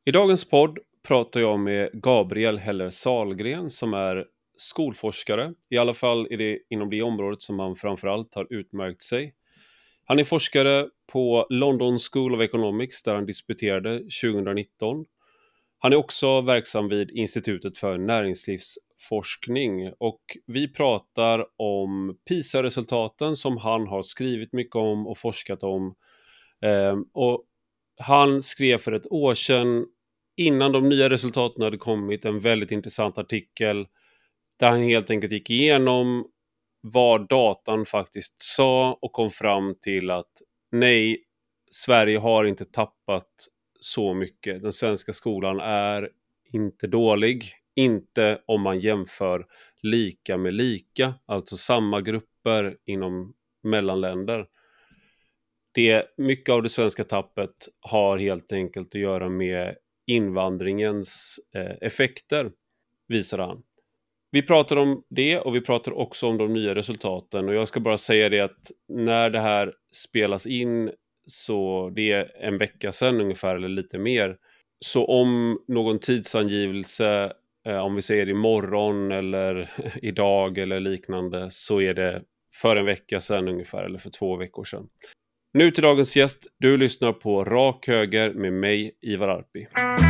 I dagens podd pratar jag med Gabriel Heller Sahlgren som är skolforskare. I alla fall är det inom det området som han framförallt har utmärkt sig. Han är forskare på London School of Economics där han disputerade 2019. Han är också verksam vid Institutet för näringslivsforskning och vi pratar om PISA-resultaten som han har skrivit mycket om och forskat om. Och han skrev för ett år sedan, innan de nya resultaten hade kommit, en väldigt intressant artikel där han helt enkelt gick igenom vad datan faktiskt sa och kom fram till att nej, Sverige har inte tappat så mycket. Den svenska skolan är inte dålig, inte om man jämför lika med lika, alltså samma grupper inom mellanländer. Mycket av det svenska tappet har helt enkelt att göra med invandringens effekter, visar han. Vi pratar om det och vi pratar också om de nya resultaten och jag ska bara säga det att när det här spelas in, så det är en vecka sedan ungefär eller lite mer, så om någon tidsangivelse, om vi säger imorgon eller idag eller liknande, så är det för en vecka sedan ungefär eller för 2 veckor sedan. Nu till dagens gäst. Du lyssnar på Rak Höger med mig, Ivar Arpi.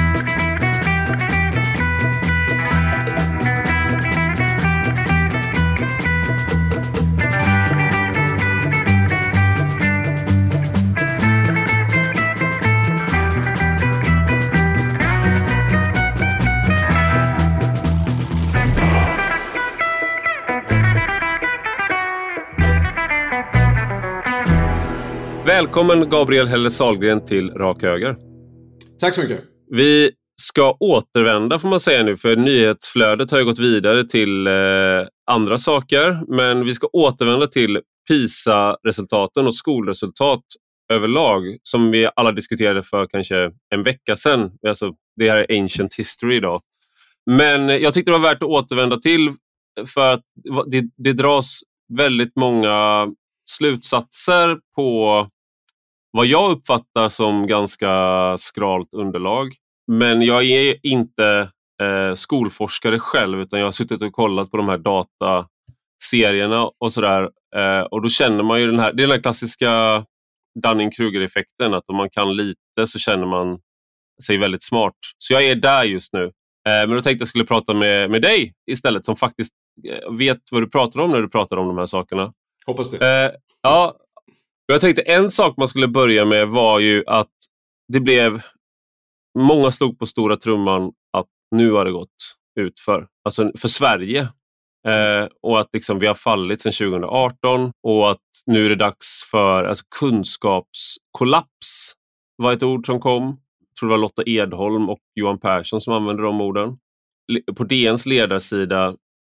Välkommen Gabriel Heller Sahlgren till Rak Höger. Tack så mycket. Vi ska återvända får man säga nu, för nyhetsflödet har ju gått vidare till andra saker. Men vi ska återvända till PISA-resultaten och skolresultat överlag som vi alla diskuterade för kanske en vecka sedan. Alltså, det här är ancient history idag. Men jag tyckte det var värt att återvända till för att det dras väldigt många slutsatser på vad jag uppfattar som ganska skralt underlag. Men jag är inte skolforskare själv, utan jag har suttit och kollat på de här dataserierna och sådär. Och då känner man ju det är den här klassiska Dunning-Kruger-effekten, att om man kan lite så känner man sig väldigt smart. Så jag är där just nu. Men då tänkte jag skulle prata med dig istället, som faktiskt vet vad du pratar om när du pratar om de här sakerna. Hoppas det. Ja, jag tänkte en sak man skulle börja med var ju att det blev, många slog på stora trumman att nu har det gått utför, alltså för Sverige. Och att liksom vi har fallit sedan 2018 och att nu är det dags för kunskapskollaps var ett ord som kom. Jag tror det var Lotta Edholm och Johan Persson som använde de orden. På DNs ledarsida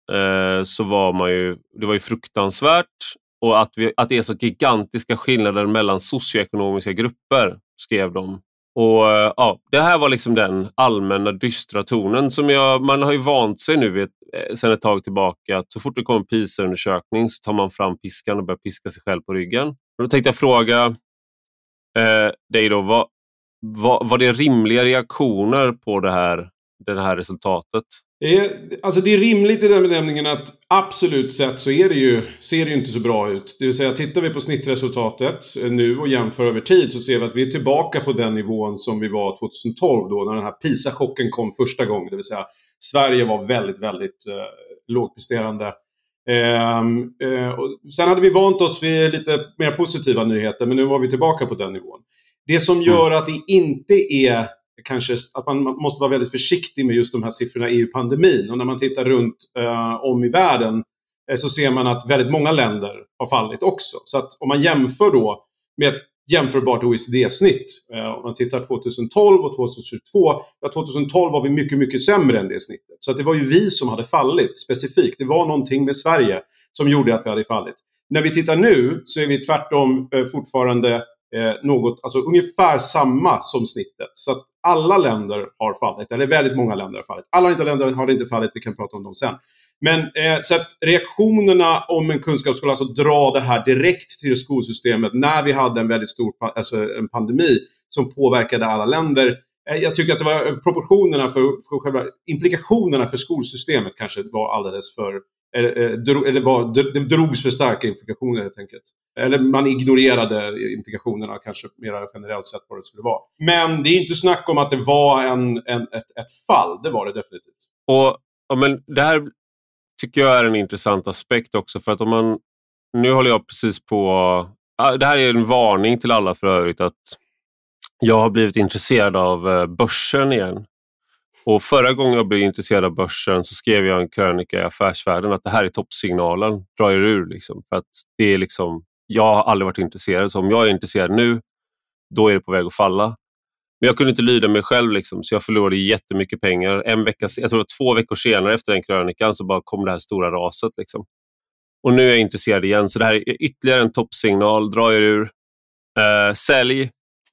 så var det var ju fruktansvärt, och att det är så gigantiska skillnader mellan socioekonomiska grupper, skrev de. Och det här var liksom den allmänna dystra tonen som man har ju vant sig nu sedan ett tag tillbaka, att så fort det kommer en PISA-undersökning så tar man fram piskan och börjar piska sig själv på ryggen. Och då tänkte jag fråga dig då, var det rimliga reaktioner på det här resultatet? Alltså det är rimligt i den benämningen att absolut sett så ser det ju inte så bra ut. Det vill säga, tittar vi på snittresultatet nu och jämför över tid, så ser vi att vi är tillbaka på den nivån som vi var 2012 då, när den här PISA-chocken kom första gången. Det vill säga, Sverige var väldigt, väldigt lågpresterande. Och sen hade vi vant oss vid lite mer positiva nyheter, men nu var vi tillbaka på den nivån. Det som gör att det inte är kanske att man måste vara väldigt försiktig med just de här siffrorna i pandemin. Och när man tittar runt om i världen så ser man att väldigt många länder har fallit också. Så att om man jämför då med ett jämförbart OECD-snitt, om man tittar 2012 och 2022, 2012 var vi mycket, mycket sämre än det snittet. Så att det var ju vi som hade fallit specifikt. Det var någonting med Sverige som gjorde att vi hade fallit. När vi tittar nu så är vi tvärtom fortfarande ungefär samma som snittet. Så att alla länder har fallit, eller väldigt många länder har fallit. Alla länder har inte fallit, vi kan prata om dem sen. Men så att reaktionerna om en kunskapsskola, alltså dra det här direkt till skolsystemet när vi hade en väldigt stor en pandemi som påverkade alla länder, Jag tycker att det var proportionerna för själva implikationerna för skolsystemet kanske var alldeles för det drogs för starka implikationer helt enkelt. Eller man ignorerade implikationerna kanske mer generellt sett vad det skulle vara. Men det är inte snack om att det var ett fall, det var det definitivt. Men det här tycker jag är en intressant aspekt också, för att nu håller jag precis på, det här är en varning till alla för övrigt, att jag har blivit intresserad av börsen igen. Och förra gången jag blev intresserad av börsen så skrev jag en krönika i Affärsvärlden att det här är toppsignalen, dra er ur liksom. För att det är liksom, jag har aldrig varit intresserad, så om jag är intresserad nu, då är det på väg att falla. Men jag kunde inte lyda mig själv liksom, så jag förlorade jättemycket pengar. Jag tror 2 veckor senare efter den krönikan så bara kom det här stora raset liksom. Och nu är jag intresserad igen, så det här är ytterligare en toppsignal, dra er ur, sälj,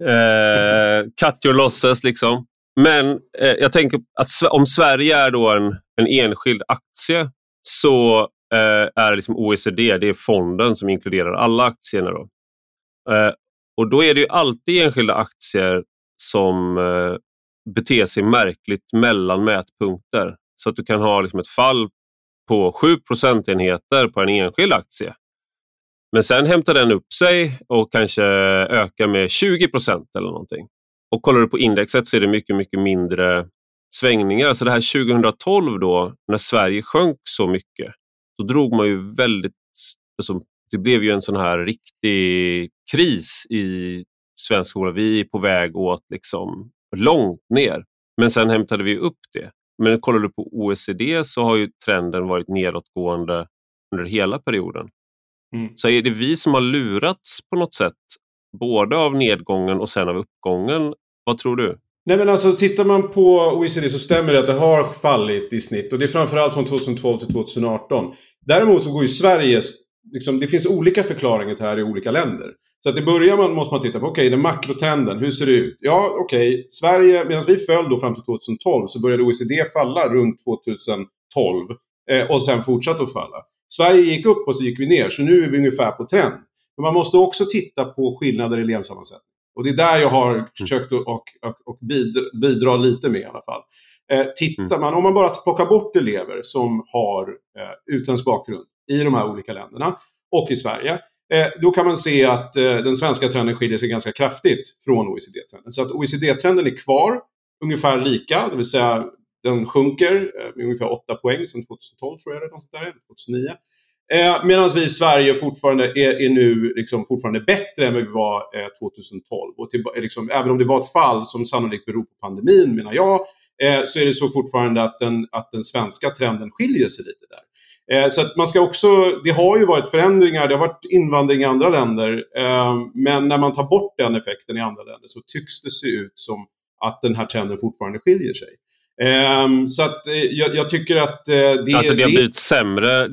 cut your losses liksom. Men jag tänker att om Sverige är då en enskild aktie, så är det liksom OECD, det är fonden som inkluderar alla aktierna då. Och då är det ju alltid enskilda aktier som beter sig märkligt mellan mätpunkter. Så att du kan ha liksom ett fall på 7 procentenheter på en enskild aktie. Men sen hämtar den upp sig och kanske ökar med 20% eller någonting. Och kollar du på indexet så är det mycket, mycket mindre svängningar. Så det här 2012 då, när Sverige sjönk så mycket, då drog man ju väldigt, alltså, det blev ju en sån här riktig kris i svensk skola. Vi är på väg åt liksom långt ner. Men sen hämtade vi upp det. Men kollar du på OECD så har ju trenden varit nedåtgående under hela perioden. Så är det vi som har lurats på något sätt, både av nedgången och sen av uppgången? Vad tror du? Nej, men alltså tittar man på OECD så stämmer det att det har fallit i snitt. Och det är framförallt från 2012 till 2018. Däremot så går ju Sverige, liksom, det finns olika förklaringar till det här i olika länder. Så att i början måste man titta på, den makrotrenden, hur ser det ut? Ja, Sverige, medan vi föll då fram till 2012 så började OECD falla runt 2012 och sen fortsatte att falla. Sverige gick upp och så gick vi ner, så nu är vi ungefär på trend. Men man måste också titta på skillnader i elevsammansättning. Och det är där jag har försökt att bidra lite med i alla fall. Om man bara plockar bort elever som har utländsk bakgrund i de här olika länderna och i Sverige, då kan man se att den svenska trenden skiljer sig ganska kraftigt från OECD-trenden. Så att OECD-trenden är kvar ungefär lika, det vill säga den sjunker med ungefär 8 poäng sedan 2012 tror jag det är, något sånt där, 2009. Medan vi i Sverige fortfarande är nu liksom fortfarande bättre än vi var 2012. Och liksom, även om det var ett fall som sannolikt beror på pandemin, menar jag, så är det så fortfarande att den svenska trenden skiljer sig lite där. Så att man ska också, det har ju varit förändringar, det har varit invandring i andra länder, men när man tar bort den effekten i andra länder så tycks det se ut som att den här trenden fortfarande skiljer sig. Så att jag tycker att det har blivit sämre.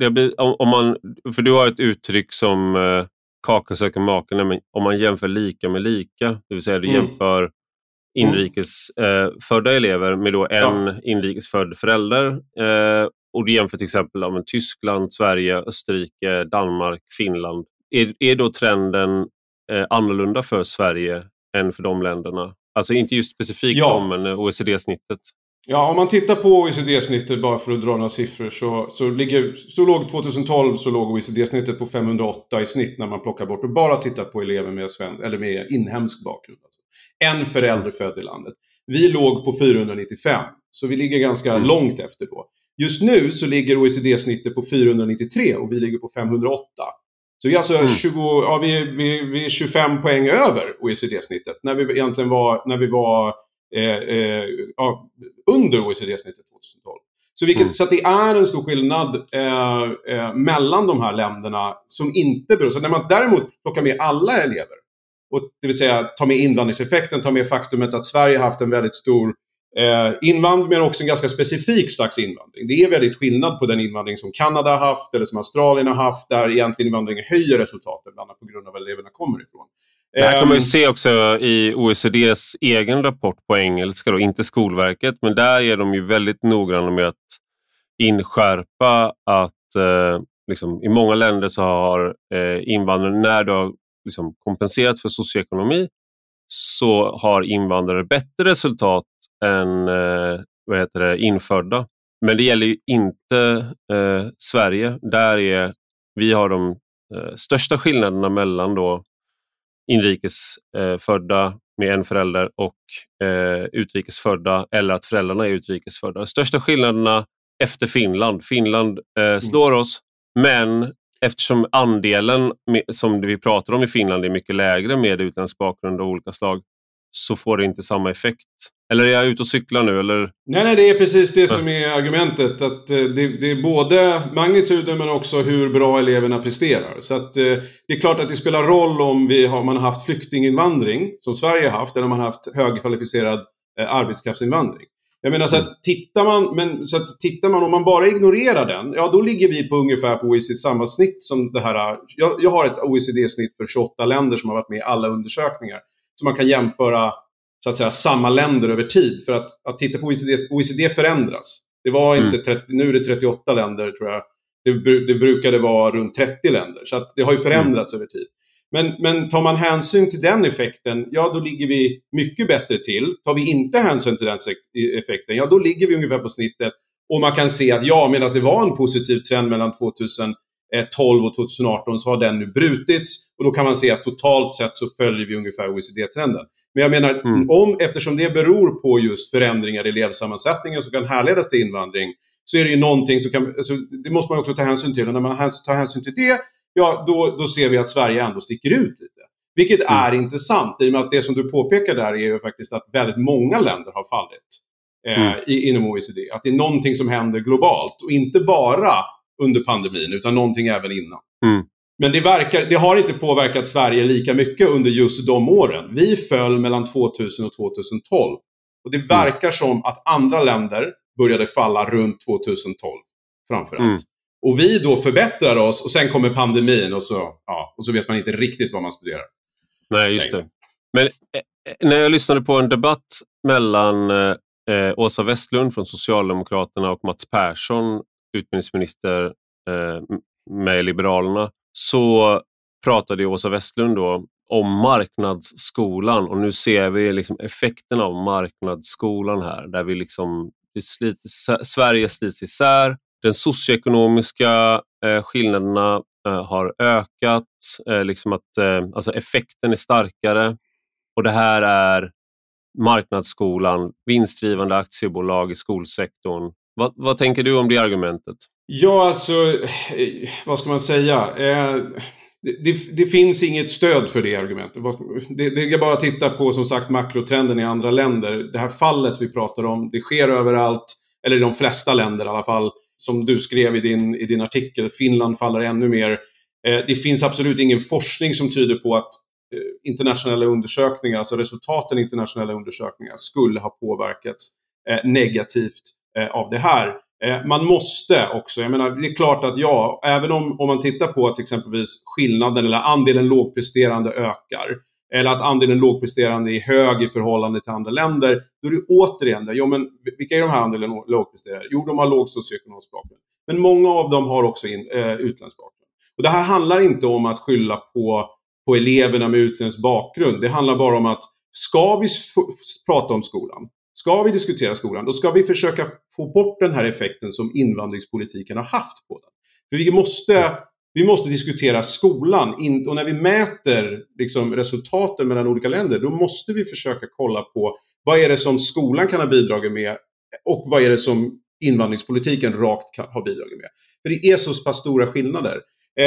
För du har ett uttryck som kaka söker maken, om man jämför lika med lika, det vill säga du jämför inrikesfödda elever med då en inrikesfödd förälder, och du jämför till exempel Tyskland, Sverige, Österrike, Danmark, Finland. Är då trenden annorlunda för Sverige än för de länderna? Alltså inte just specifikt men OECD-snittet. Ja, om man tittar på OECD-snittet, bara för att dra några siffror, så låg 2012 så låg OECD-snittet på 508 i snitt när man plockar bort och bara tittar på elever med inhemsk bakgrund. Alltså. En förälder född i landet. Vi låg på 495, så vi ligger ganska långt efter då. Just nu så ligger OECD-snittet på 493 och vi ligger på 508. Så vi är alltså vi är 25 poäng över OECD-snittet när vi egentligen var under OECD-snittet 2012. Så att det är en stor skillnad mellan de här länderna som inte beror. Så när man däremot plockar med alla elever, och det vill säga ta med invandringseffekten, ta med faktumet att Sverige har haft en väldigt stor invandring, men också en ganska specifik slags invandring. Det är väldigt skillnad på den invandring som Kanada har haft eller som Australien har haft, där egentligen invandringen höjer resultaten, bland annat på grund av var eleverna kommer ifrån. Det här kan man ju se också i OECDs egen rapport på engelska då, inte Skolverket, men där är de ju väldigt noggranna med att inskärpa att liksom, i många länder så har invandrare, när du har liksom kompenserat för socioekonomi, så har invandrare bättre resultat än infödda. Men det gäller ju inte Sverige. Vi har de största skillnaderna mellan då inrikesfödda med en förälder och utrikesfödda, eller att föräldrarna är utrikesfödda. De största skillnaderna efter Finland. Finland slår oss, men eftersom andelen som vi pratar om i Finland är mycket lägre med utländsk bakgrund av olika slag, så får det inte samma effekt. Eller är jag ute och cyklar nu? Eller? Nej, det är precis det som är argumentet. Att det är både magnituden men också hur bra eleverna presterar. Så att det är klart att det spelar roll om man har haft flyktinginvandring, som Sverige har haft, eller om man har haft högkvalificerad arbetskraftsinvandring. Jag menar så att tittar man om man bara ignorerar den, ja då ligger vi på ungefär på OECD samma snitt som det här. Jag har ett OECD-snitt för 28 länder som har varit med i alla undersökningar. Så man kan jämföra så att säga samma länder över tid. För att titta på OECD förändras. Det var inte nu är det 38 länder tror jag. Det brukade vara runt 30 länder. Så att det har ju förändrats över tid. Men tar man hänsyn till den effekten, ja då ligger vi mycket bättre till. Tar vi inte hänsyn till den effekten, ja då ligger vi ungefär på snittet. Och man kan se att medan det var en positiv trend mellan 2012 och 2018 så har den nu brutits. Och då kan man se att totalt sett så följer vi ungefär OECD-trenden. Men jag menar, eftersom det beror på just förändringar i elevsammansättningen som kan härledas till invandring, så är det ju någonting som det måste man också ta hänsyn till. Och när man tar hänsyn till det, ja då ser vi att Sverige ändå sticker ut lite. Vilket är intressant, i och med att det som du påpekar där är ju faktiskt att väldigt många länder har fallit inom OECD. Att det är någonting som händer globalt och inte bara under pandemin utan någonting även innan. Men det har inte påverkat Sverige lika mycket under just de åren. Vi föll mellan 2000 och 2012. Och det verkar som att andra länder började falla runt 2012 framförallt. Och vi då förbättrar oss och sen kommer pandemin och så vet man inte riktigt vad man studerar. Nej, just det. Men när jag lyssnade på en debatt mellan Åsa Westlund från Socialdemokraterna och Mats Persson, utbildningsminister med Liberalerna, så pratade Åsa Westlund då om marknadsskolan, och nu ser vi liksom effekten av marknadsskolan här, där vi liksom Sverige slits isär. Den socioekonomiska skillnaderna har ökat, alltså effekten är starkare, och det här är marknadsskolan, vinstdrivande aktiebolag i skolsektorn. Vad tänker du om det argumentet? Ja, alltså, vad ska man säga? Det finns inget stöd för det argumentet. Det är bara att titta på, som sagt, makrotrenden i andra länder. Det här fallet vi pratar om, det sker överallt, eller i de flesta länder i alla fall. Som du skrev i din artikel, Finland faller ännu mer. Det finns absolut ingen forskning som tyder på att internationella undersökningar, alltså resultaten i internationella undersökningar, skulle ha påverkats negativt av det här. Man måste också, jag menar, det är klart att även om man tittar på att exempelvis skillnaden eller andelen lågpresterande ökar, eller att andelen lågpresterande är hög i förhållande till andra länder, då är det återigen där, men vilka är de här andelen lågpresterande? Jo, de har låg socioekonomisk bakgrund. Men många av dem har också utländsk bakgrund. Och det här handlar inte om att skylla på eleverna med utländsk bakgrund. Det handlar bara om att ska vi prata om skolan, ska vi diskutera skolan, då ska vi försöka få bort den här effekten som invandringspolitiken har haft på den. För vi måste diskutera skolan, och när vi mäter liksom resultaten mellan olika länder, då måste vi försöka kolla på vad är det som skolan kan ha bidragit med och vad är det som invandringspolitiken rakt har bidragit med. För det är så pass stora skillnader.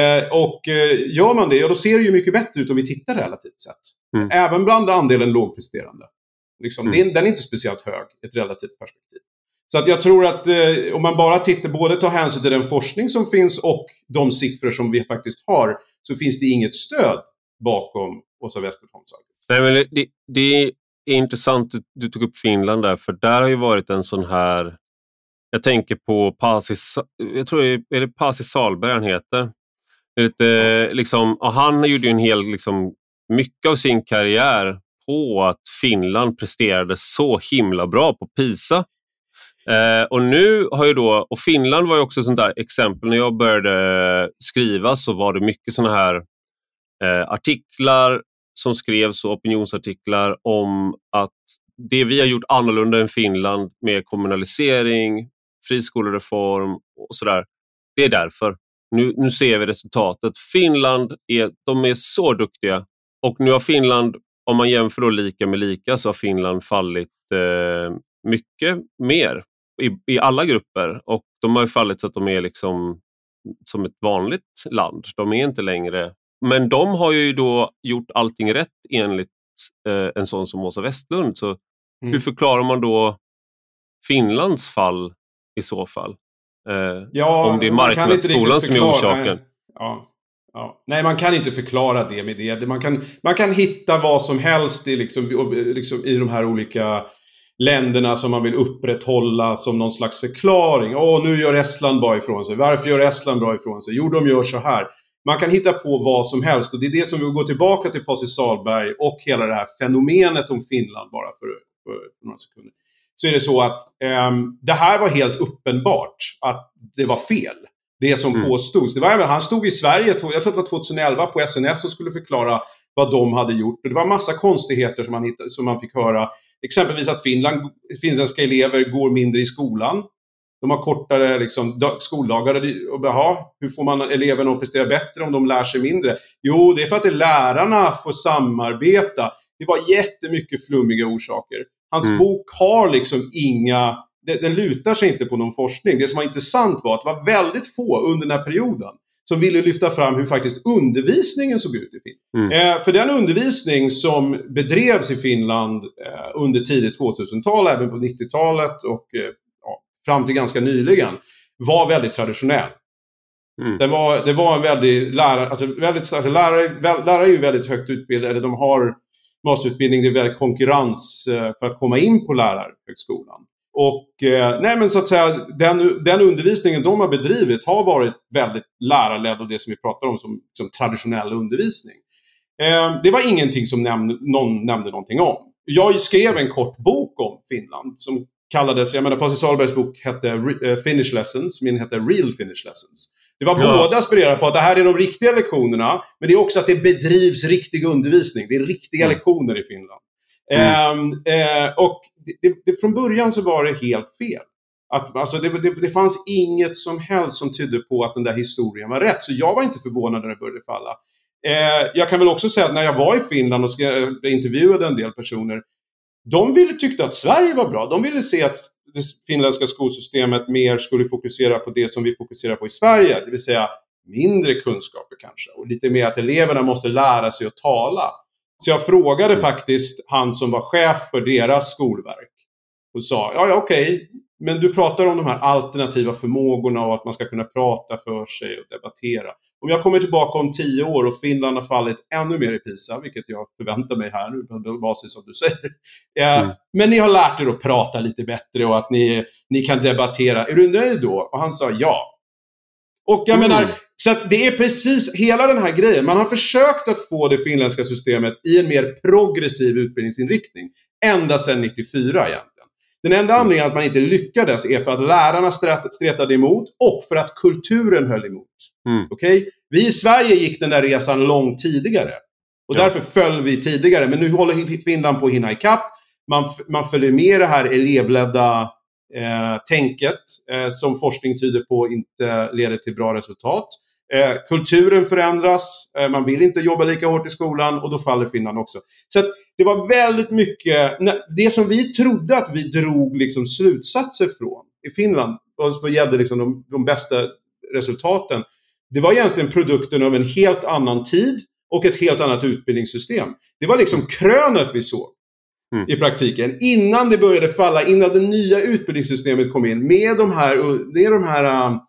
Gör man det, då ser det ju mycket bättre ut om vi tittar relativt sett. Även bland andelen lågpresterande. Liksom, den är inte speciellt hög, ett relativt perspektiv. Så att jag tror att om man bara tar hänsyn till den forskning som finns och de siffror som vi faktiskt har, så finns det inget stöd bakom Åsa Westlunds. Nej, men det är intressant att du tog upp Finland där, för där har ju varit en sån här, jag tänker på jag tror är det Pasi Salberg han heter. Lite, liksom, och han gjorde ju en hel, liksom, mycket av sin karriär på att Finland presterade så himla bra på PISA. Och nu har ju då, och Finland var ju också sånt där exempel, när jag började skriva så var det mycket såna här artiklar som skrevs, och opinionsartiklar om att det vi har gjort annorlunda än Finland med kommunalisering, friskolereform och sådär. Det är därför. Nu ser vi resultatet. Finland de är så duktiga. Och nu har Finland, om man jämför då lika med lika, så har Finland fallit mycket mer i alla grupper. Och de har ju fallit så att de är liksom som ett vanligt land. De är inte längre. Men de har ju då gjort allting rätt enligt en sån som Åsa Westlund. Så hur förklarar man då Finlands fall i så fall? Om det är marknadsskolan som är orsaken. Nej, man kan inte förklara det med det. Man kan hitta vad som helst i de här olika länderna som man vill upprätthålla som någon slags förklaring. Nu gör Estland bra ifrån sig. Varför gör Estland bra ifrån sig? Jo, de gör så här. Man kan hitta på vad som helst, och det är det som vi går tillbaka till Pasi Sahlberg och hela det här fenomenet om Finland bara för några sekunder. Så är det så att det här var helt uppenbart att det var fel. Det som påstods. Han stod i Sverige, jag tror det var 2011 på SNS, och skulle förklara vad de hade gjort. Och det var en massa konstigheter som man fick höra. Exempelvis att finländska elever går mindre i skolan. De har kortare skoldagar. Hur får man eleverna att prestera bättre om de lär sig mindre? Jo, det är för att lärarna får samarbeta. Det var jättemycket flummiga orsaker. Hans bok har den lutar sig inte på någon forskning. Det som var intressant var att det var väldigt få under den här perioden som ville lyfta fram hur faktiskt undervisningen såg ut i Finland. För den undervisning som bedrevs i Finland under tidigt 2000-tal, även på 90-talet och fram till ganska nyligen, var väldigt traditionell. Det var en väldigt lärare är ju väldigt högt utbildade, eller de har masterutbildning, det är väldigt konkurrens för att komma in på lärarhögskolan. Och så att säga, den undervisningen de har bedrivit har varit väldigt lärarledd, och det som vi pratar om som traditionell undervisning. Det var ingenting som någon nämnde någonting om. Jag skrev en kort bok om Finland som kallades, Pasi Sahlbergs bok hette Finnish Lessons, min hette Real Finnish Lessons. Det var båda aspirerade på att det här är de riktiga lektionerna, men det är också att det bedrivs riktig undervisning. Det är riktiga lektioner i Finland. Och det från början så var det helt fel. Det fanns inget som helst som tydde på att den där historien var rätt. Så jag var inte förvånad när det började falla. Jag kan väl också säga att när jag var i Finland och intervjuade en del personer, de tyckte att Sverige var bra. De ville se att det finländska skolsystemet mer skulle fokusera på det som vi fokuserar på i Sverige. Det vill säga mindre kunskaper kanske. Och lite mer att eleverna måste lära sig att tala. Så jag frågade faktiskt han som var chef för deras skolverk. Och sa, okej, men du pratar om de här alternativa förmågorna och att man ska kunna prata för sig och debattera. Om jag kommer tillbaka om 10 år och Finland har fallit ännu mer i PISA, vilket jag förväntar mig här nu på basis som du säger. Men ni har lärt er att prata lite bättre och att ni kan debattera. Är du nöjd då? Och han sa ja. Och jag menar, så att det är precis hela den här grejen. Man har försökt att få det finländska systemet i en mer progressiv utbildningsinriktning ända sedan 94 egentligen. Den enda anledningen att man inte lyckades är för att lärarna stretade emot och för att kulturen höll emot. Okay? Vi i Sverige gick den där resan långt tidigare. Och därför föll vi tidigare. Men nu håller Finland på att hinna ikapp. Man följer med det här elevledda tänket som forskning tyder på inte leder till bra resultat. Kulturen förändras, man vill inte jobba lika hårt i skolan, och då faller Finland också. Så att det var väldigt mycket, det som vi trodde att vi drog slutsatser från i Finland, och gällde de bästa resultaten, det var egentligen produkten av en helt annan tid och ett helt annat utbildningssystem. Det var krönet vi såg i praktiken, innan det började falla, innan det nya utbildningssystemet kom in med de här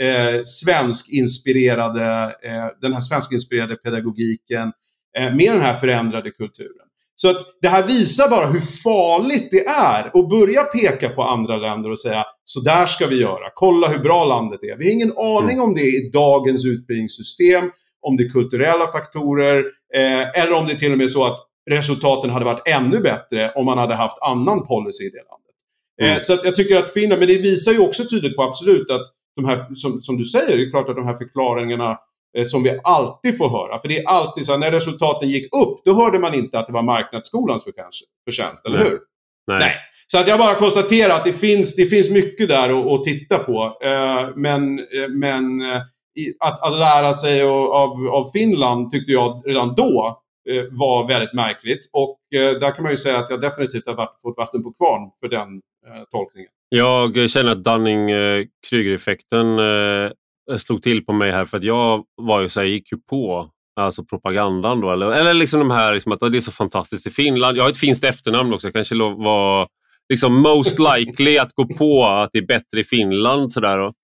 den här svenskinspirerade pedagogiken, med den här förändrade kulturen. Så att det här visar bara hur farligt det är att börja peka på andra länder och säga, så där ska vi göra, kolla hur bra landet är. Vi har ingen aning om det i dagens utbildningssystem, om det är kulturella faktorer, eller om det är till och med så att resultaten hade varit ännu bättre om man hade haft annan policy i det landet. Så att jag tycker att Finland, men det visar ju också tydligt på absolut att de här, som du säger, det är klart att de här förklaringarna som vi alltid får höra, för det är alltid så att när resultaten gick upp, då hörde man inte att det var marknadsskolans förtjänst, eller hur? Nej. Så att jag bara konstaterar att det finns mycket där att titta på. Men att lära sig av Finland tyckte jag redan då var väldigt märkligt. Och där kan man ju säga att jag definitivt har fått vatten på kvarn för den tolkningen. Jag känner att Dunning-Kruger-effekten slog till på mig här, för att jag var ju så här, gick ju på alltså propagandan då, eller liksom de här liksom, att det är så fantastiskt i Finland. Jag har ett finskt efternamn också, jag kanske var liksom most likely att gå på att det är bättre i Finland sådär då.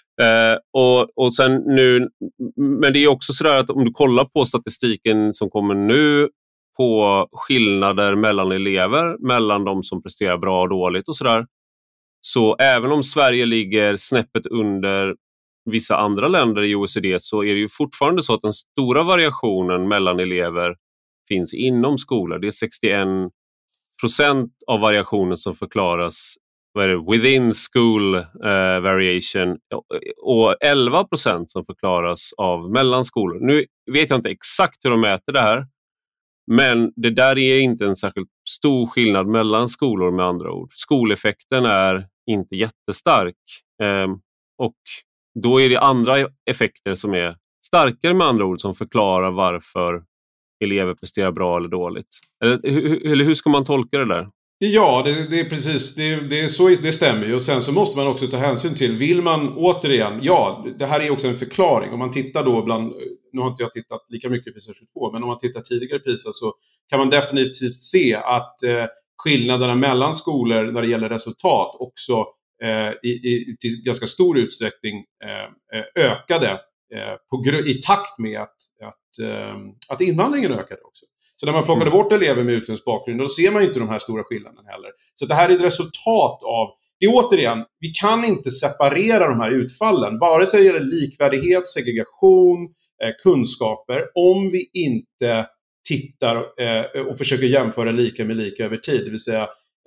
Och sen nu, men det är också sådär att om du kollar på statistiken som kommer nu på skillnader mellan elever, mellan de som presterar bra och dåligt och sådär, så även om Sverige ligger snäppet under vissa andra länder i OECD, så är det ju fortfarande så att den stora variationen mellan elever finns inom skolor. Det är 61% av variationen som förklaras within school variation och 11% som förklaras av mellan skolor. Nu vet jag inte exakt hur de mäter det här, men det där är inte en särskilt stor skillnad mellan skolor med andra ord. Skoleffekten är inte jättestark och då är det andra effekter som är starkare med andra ord som förklarar varför elever presterar bra eller dåligt. Eller hur ska man tolka det där? Ja, det är precis, det stämmer ju. Och sen så måste man också ta hänsyn till, vill man återigen, ja, det här är också en förklaring. Om man tittar då bland, nu har inte jag tittat lika mycket PISA 22, men om man tittar tidigare PISA så kan man definitivt se att skillnaderna mellan skolor när det gäller resultat också i ganska stor utsträckning ökade i takt med att invandringen ökade också. Så när man plockade bort elever med utländsk bakgrund, då ser man inte de här stora skillnaderna heller. Så det här är ett resultat av, det är återigen, vi kan inte separera de här utfallen, vare sig det gäller likvärdighet, segregation, kunskaper, om vi inte tittar och försöker jämföra lika med lika över tid. Det vill säga,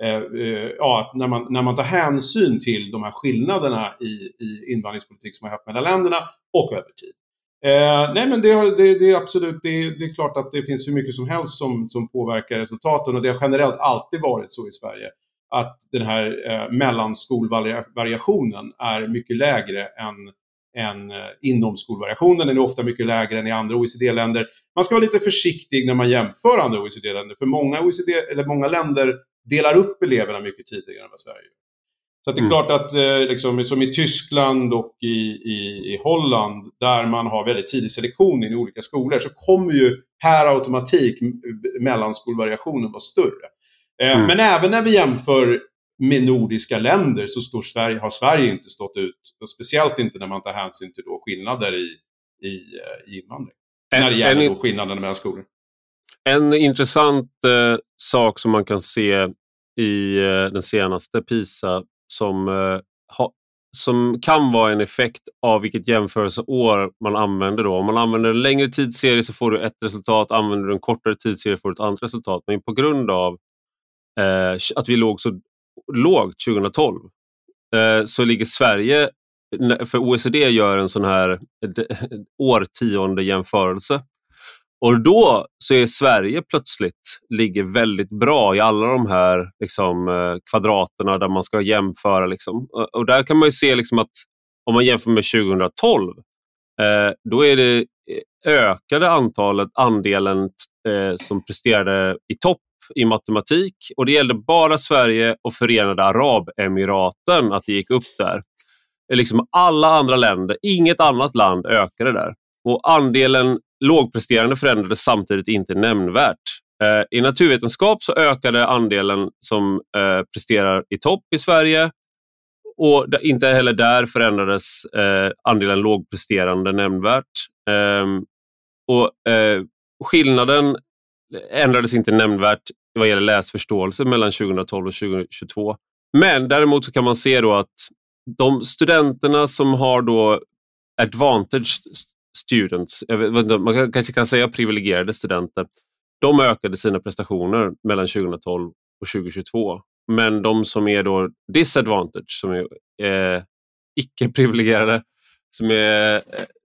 när man tar hänsyn till de här skillnaderna i invandringspolitik som man har haft mellan länderna och över tid. Nej, men det är absolut, det är klart att det finns hur mycket som helst som påverkar resultaten, och det har generellt alltid varit så i Sverige att den här mellanskolvariationen är mycket lägre än inomskolvariationen. Den är ofta mycket lägre än i andra OECD-länder. Man ska vara lite försiktig när man jämför andra OECD-länder, för många länder delar upp eleverna mycket tidigare än vad Sverige gör. Så att det är klart att liksom, som i Tyskland och i Holland, där man har väldigt tidig selektion i olika skolor, så kommer ju per automatik mellanskolvariationen vara större. Men även när vi jämför med nordiska länder så har Sverige inte stått ut, och speciellt inte när man tar hänsyn till då skillnader i invandring. När det gäller då skillnaderna mellan skolor. En intressant sak som man kan se i den senaste PISA som kan vara en effekt av vilket jämförelseår man använder då. Om man använder en längre tidsserie så får du ett resultat, använder du en kortare tidsserie får du ett annat resultat. Men på grund av att vi låg så lågt 2012 så ligger Sverige, för OECD gör en sån här årtionde jämförelse. Och då så är Sverige plötsligt ligger väldigt bra i alla de här liksom, kvadraterna där man ska jämföra. Liksom. Och där kan man ju se liksom, att om man jämför med 2012 då är det ökade andelen som presterade i topp i matematik. Och det gällde bara Sverige och Förenade Arabemiraten att det gick upp där. Liksom alla andra länder, inget annat land ökade där. Och andelen lågpresterande förändrades samtidigt inte nämnvärt. I naturvetenskap så ökade andelen som presterar i topp i Sverige, och inte heller där förändrades andelen lågpresterande nämnvärt. Och skillnaden ändrades inte nämnvärt vad gäller läsförståelse mellan 2012 och 2022. Men däremot så kan man se då att de studenterna som har då advantage students, man kanske kan säga privilegierade studenter, de ökade sina prestationer mellan 2012 och 2022. Men de som är då disadvantage, som är icke-privilegierade, som är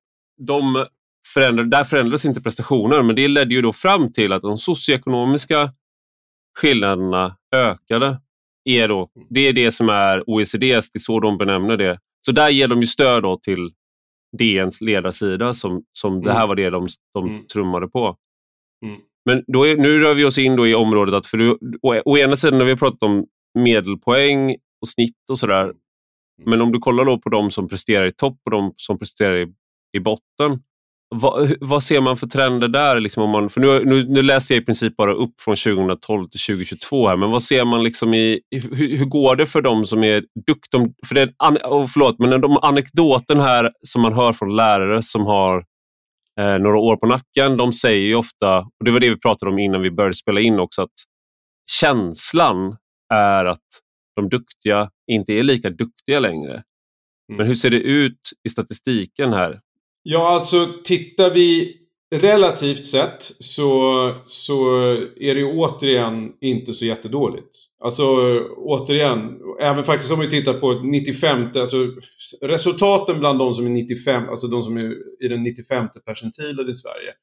där förändrades inte prestationer, men det ledde ju då fram till att de socioekonomiska skillnaderna ökade är då, det är det som är OECDs, det är så de benämner det. Så där ger de ju stöd då till DNs ledarsida som det här var det de trummade på. Men nu rör vi oss in då i området att, för å ena sidan när vi har pratat om medelpoäng och snitt och sådär, men om du kollar då på de som presterar i topp och de som presterar i botten, vad ser man för trender där? Liksom, om man, för nu läste jag i princip bara upp från 2012 till 2022 här, men vad ser man liksom hur går det för de som är duktiga? För det är, men de anekdoten här som man hör från lärare som har några år på nacken, de säger ju ofta, och det var det vi pratade om innan vi började spela in också, att känslan är att de duktiga inte är lika duktiga längre. Men hur ser det ut i statistiken här? Ja, alltså tittar vi relativt sett så är det ju återigen inte så jättedåligt. Alltså återigen, även faktiskt om vi tittar på 95, alltså resultaten bland de som är 95, alltså de som är i den 95:e percentilen i Sverige,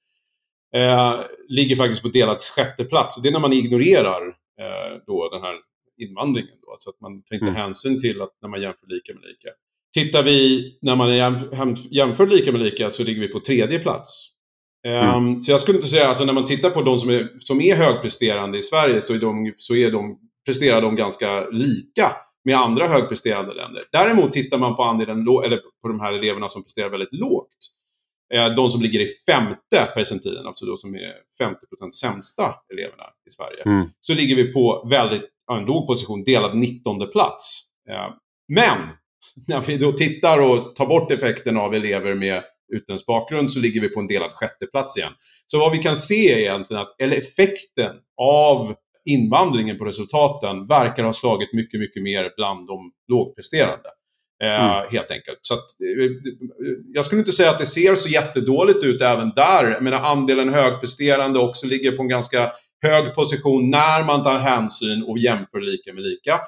ligger faktiskt på delad sjätte plats. Och det är när man ignorerar då den här invandringen då, så att man tar inte hänsyn till att när man jämför lika med lika. Tittar vi när man jämför lika med lika så ligger vi på tredje plats. Så jag skulle inte säga, alltså när man tittar på de som är högpresterande i Sverige presterar de ganska lika med andra högpresterande länder. Däremot tittar man på andelen eller på de här eleverna som presterar väldigt lågt, de som ligger i femte percentilen, alltså de som är 50% sämsta eleverna i Sverige, så ligger vi på en låg position, delad 19:e plats. Men när vi då tittar och tar bort effekten av elever med utländsk bakgrund så ligger vi på en delad sjätte plats igen. Så vad vi kan se är egentligen att effekten av invandringen på resultaten verkar ha slagit mycket, mycket mer bland de lågpresterande. Helt enkelt. Så att, jag skulle inte säga att det ser så jättedåligt ut även där. Jag menar, andelen högpresterande också ligger på en ganska hög position när man tar hänsyn och jämför lika med lika.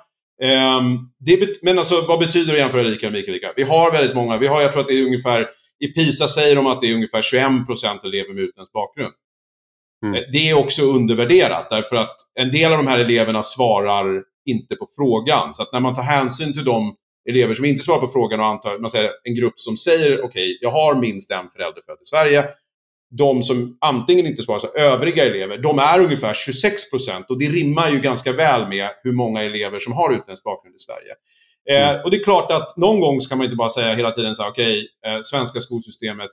Men alltså, vad betyder det att jämföra lika med lika? Vi har väldigt många. Jag tror att det är ungefär, i PISA säger de att det är ungefär 21% elever med utländsk bakgrund. Det är också undervärderat därför att en del av de här eleverna svarar inte på frågan. Så att när man tar hänsyn till de elever som inte svarar på frågan och antar, man säger en grupp som säger okej, jag har minst en förälder född i Sverige. De som antingen inte svarar, så övriga elever, de är ungefär 26%, och det rimmar ju ganska väl med hur många elever som har utländsk bakgrund i Sverige. Och det är klart att någon gång ska man inte bara säga hela tiden så här, okej, svenska skolsystemet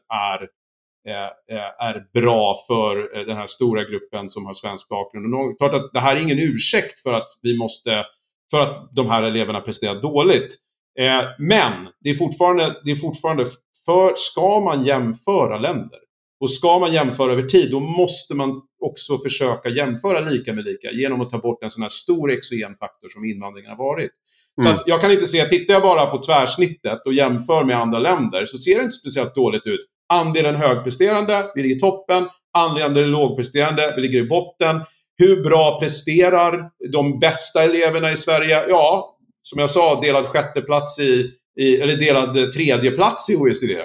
är bra för den här stora gruppen som har svensk bakgrund. Och klart att det här är ingen ursäkt för att de här eleverna presterar dåligt. Men det är fortfarande ska man jämföra länder och ska man jämföra över tid, då måste man också försöka jämföra lika med lika genom att ta bort en sån här stor exogen faktor som invandringen har varit. Så att jag kan inte se, tittar jag bara på tvärsnittet och jämför med andra länder så ser det inte speciellt dåligt ut. Andelen högpresterande, vi ligger i toppen. Andelen lågpresterande, vi ligger i botten. Hur bra presterar de bästa eleverna i Sverige? Ja, som jag sa, delad sjätte plats eller delad tredje plats i OECD.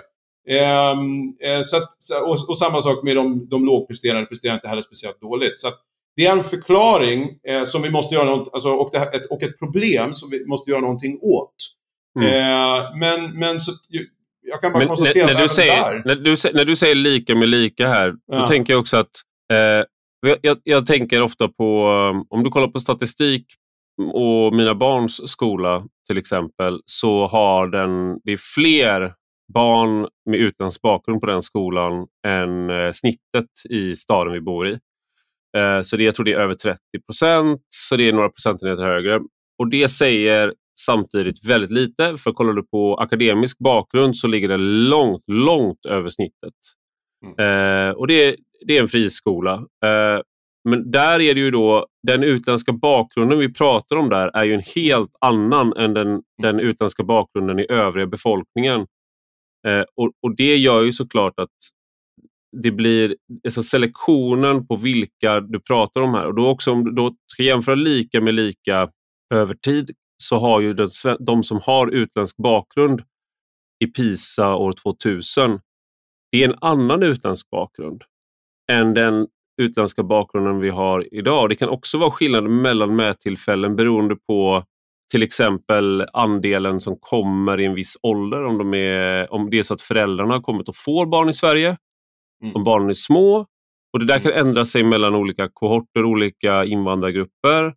Och samma sak med de lågpresterande presterar inte heller speciellt dåligt. Så att det är en förklaring som vi måste göra och ett problem som vi måste göra någonting åt. Men så jag kan bara konstatera när du säger lika med lika här, då tänker jag också att jag tänker ofta på, om du kollar på statistik och mina barns skola till exempel, så det är fler barn med utländsk bakgrund på den skolan än snittet i staden vi bor i. Så jag tror det är över 30%, så det är några procentenheter högre. Och det säger samtidigt väldigt lite, för kollar du på akademisk bakgrund så ligger det långt, långt över snittet. Och det är en friskola. Men där är det ju då, den utländska bakgrunden vi pratar om där är ju en helt annan än den utländska bakgrunden i övriga befolkningen. Och det gör ju såklart att det blir alltså selektionen på vilka du pratar om här. Och då också, om du då ska jämföra lika med lika över tid, så har ju de som har utländsk bakgrund i PISA år 2000, det är en annan utländsk bakgrund än den utländska bakgrunden vi har idag. Det kan också vara skillnader mellan mättillfällen beroende på till exempel andelen som kommer i en viss ålder. Om det är så att föräldrarna har kommit och får barn i Sverige. Om barnen är små. Och det där kan ändra sig mellan olika kohorter, olika invandrargrupper.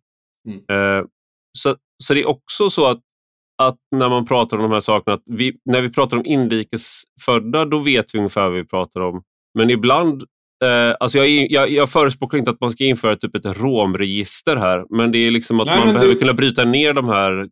Så det är också så att när man pratar om de här sakerna, att när vi pratar om inrikesfödda, då vet vi ungefär vad vi pratar om. Men ibland, alltså jag förespråkar inte att man ska införa typ ett romregister här, men det är liksom att man behöver kunna bryta ner de här...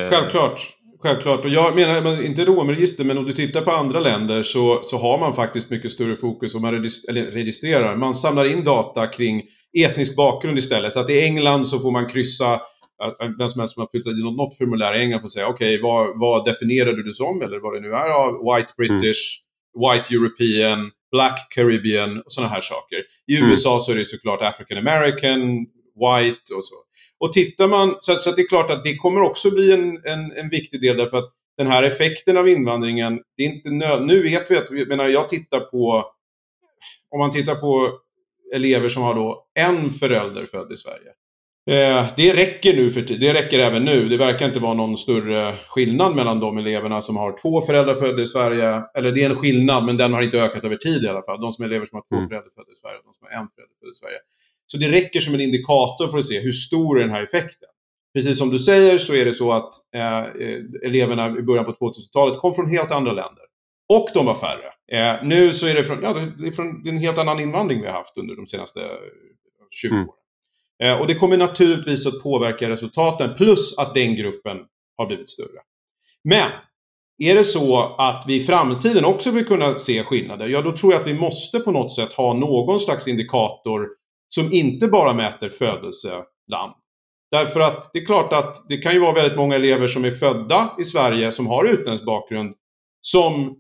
Självklart. Och jag menar inte romregister, men om du tittar på andra länder så har man faktiskt mycket större fokus om man registrerar. Man samlar in data kring etnisk bakgrund istället. Så att i England så får man kryssa, den som helst som har fyllt i något formulär i England får säga okej, vad definierar du som, eller vad det nu är av white British, white European, black Caribbean och sådana här saker. I USA så är det såklart African American, white och så. Och tittar man, så det är klart att det kommer också bli en viktig del, därför att den här effekten av invandringen, det är inte nu vet vi att, jag tittar på, om man tittar på elever som har då en förälder född i Sverige. Det räcker nu för tid, det räcker även nu. Det verkar inte vara någon större skillnad mellan de eleverna som har två föräldrar födda i Sverige, eller det är en skillnad, men den har inte ökat över tid i alla fall. De som är elever som har två föräldrar födda i Sverige och de som har en förälder född i Sverige. Så det räcker som en indikator för att se hur stor är den här effekten. Precis som du säger så är det så att eleverna i början på 2000-talet kom från helt andra länder. Och de var färre. Nu så är det från en helt annan invandring vi har haft under de senaste 20 åren. Och det kommer naturligtvis att påverka resultaten, plus att den gruppen har blivit större. Men är det så att vi i framtiden också vill kunna se skillnader, ja då tror jag att vi måste på något sätt ha någon slags indikator som inte bara mäter födelseland. Därför att det är klart att det kan ju vara väldigt många elever som är födda i Sverige som har utländsk bakgrund som